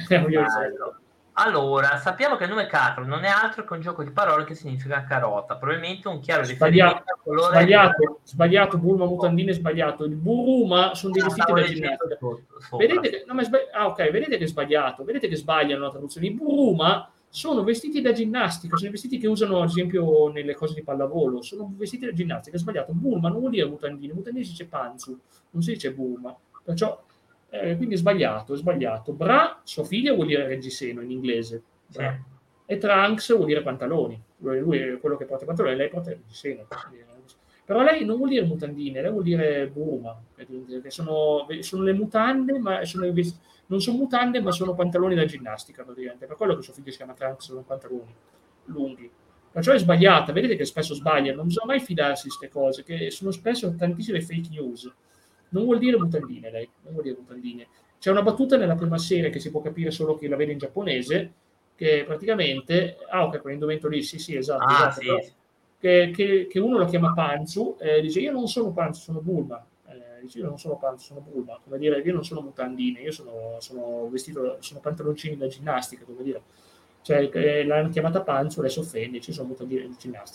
bello. Allora, sappiamo che il nome Catron non è altro che un gioco di parole che significa carota, probabilmente un chiaro riferimento Sbagliato, al colore della... sbagliato, sbagliato, Bulma Mutandine è sbagliato. Il Buruma sono dei Ah, vestiti stavo da leggendo ginnastica. sotto, sopra. Vedete che, no, ma è sbagli- ah, ok, vedete che è sbagliato, vedete che sbagliano la traduzione. I Buruma sono vestiti da ginnastica, sono i vestiti che usano ad esempio nelle cose di pallavolo, sono vestiti da ginnastica, è sbagliato. Burma non vuol dire mutandine, mutandine si dice panzu, non si dice Burma. Perciò, eh, quindi è sbagliato, è sbagliato. Bra, sua figlia, vuol dire reggiseno in inglese. Sì. Bra. E trunks vuol dire pantaloni. Lui, lui è quello che porta i pantaloni, lei porta il reggiseno. Però lei non vuol dire mutandine, lei vuol dire Burma, che sono, sono le mutande, ma sono i vestiti non sono mutande, ma sono pantaloni da ginnastica, praticamente. Per quello che suo figlio si chiama Trunks, sono pantaloni lunghi. Perciò è sbagliata, vedete che spesso sbagliano, non bisogna mai fidarsi di queste cose, che sono spesso tantissime fake news. Non vuol dire mutandine lei, non vuol dire mutandine. C'è una battuta nella prima serie che si può capire solo chi la vede in giapponese, che praticamente, ah ok, quell'indumento lì, sì sì, esatto, Ah, esatto, sì. però, che, che, che uno lo chiama Panzu, eh, dice io non sono Panzu, sono Bulma. Eh, dice io non sono Panzu, sono Bulma, come dire, io non sono mutandine, io sono, sono vestito, sono pantaloncini da ginnastica, come dire. Cioè, eh, l'hanno chiamata Panzu, lei si offende, ci sono mutandine di ginnastica.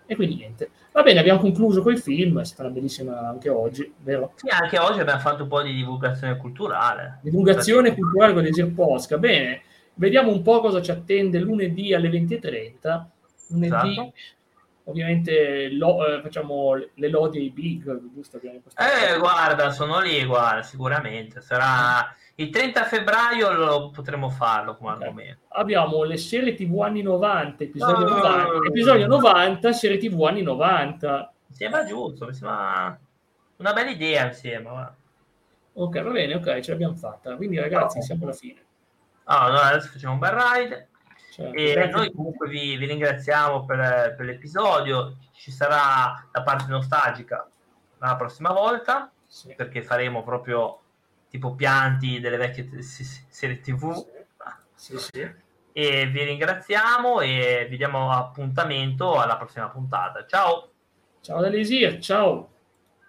E quindi niente. Va bene, abbiamo concluso col film, è stata una bellissima anche oggi, vero? Sì, anche oggi abbiamo fatto un po' di divulgazione culturale. Divulgazione culturale con Desir Posca. Bene, vediamo un po' cosa ci attende lunedì alle venti e trenta. Lunedì, Esatto. ovviamente, lo, eh, facciamo le lodi ai big, giusto? Abbiamo Eh, guarda, sono lì, guarda, sicuramente. Sarà il trenta febbraio, lo potremo farlo come Okay. argomento. Abbiamo le serie tivù anni novanta, episodio Oh! novanta, episodio novanta, serie tivù anni novanta. Mi sembra giusto, mi sembra una bella idea, mi sembra. Guarda. Ok, va bene, ok, ce l'abbiamo fatta. Quindi ragazzi, Oh. siamo alla fine. Allora, adesso facciamo un bel ride. Certo, E grazie. noi comunque vi, vi ringraziamo per, per l'episodio. Ci sarà la parte nostalgica la prossima volta, Sì. perché faremo proprio tipo pianti delle vecchie t- s- serie tivù. Sì, sì. E vi ringraziamo e vi diamo appuntamento alla prossima puntata. Ciao! Ciao da Lesir, ciao!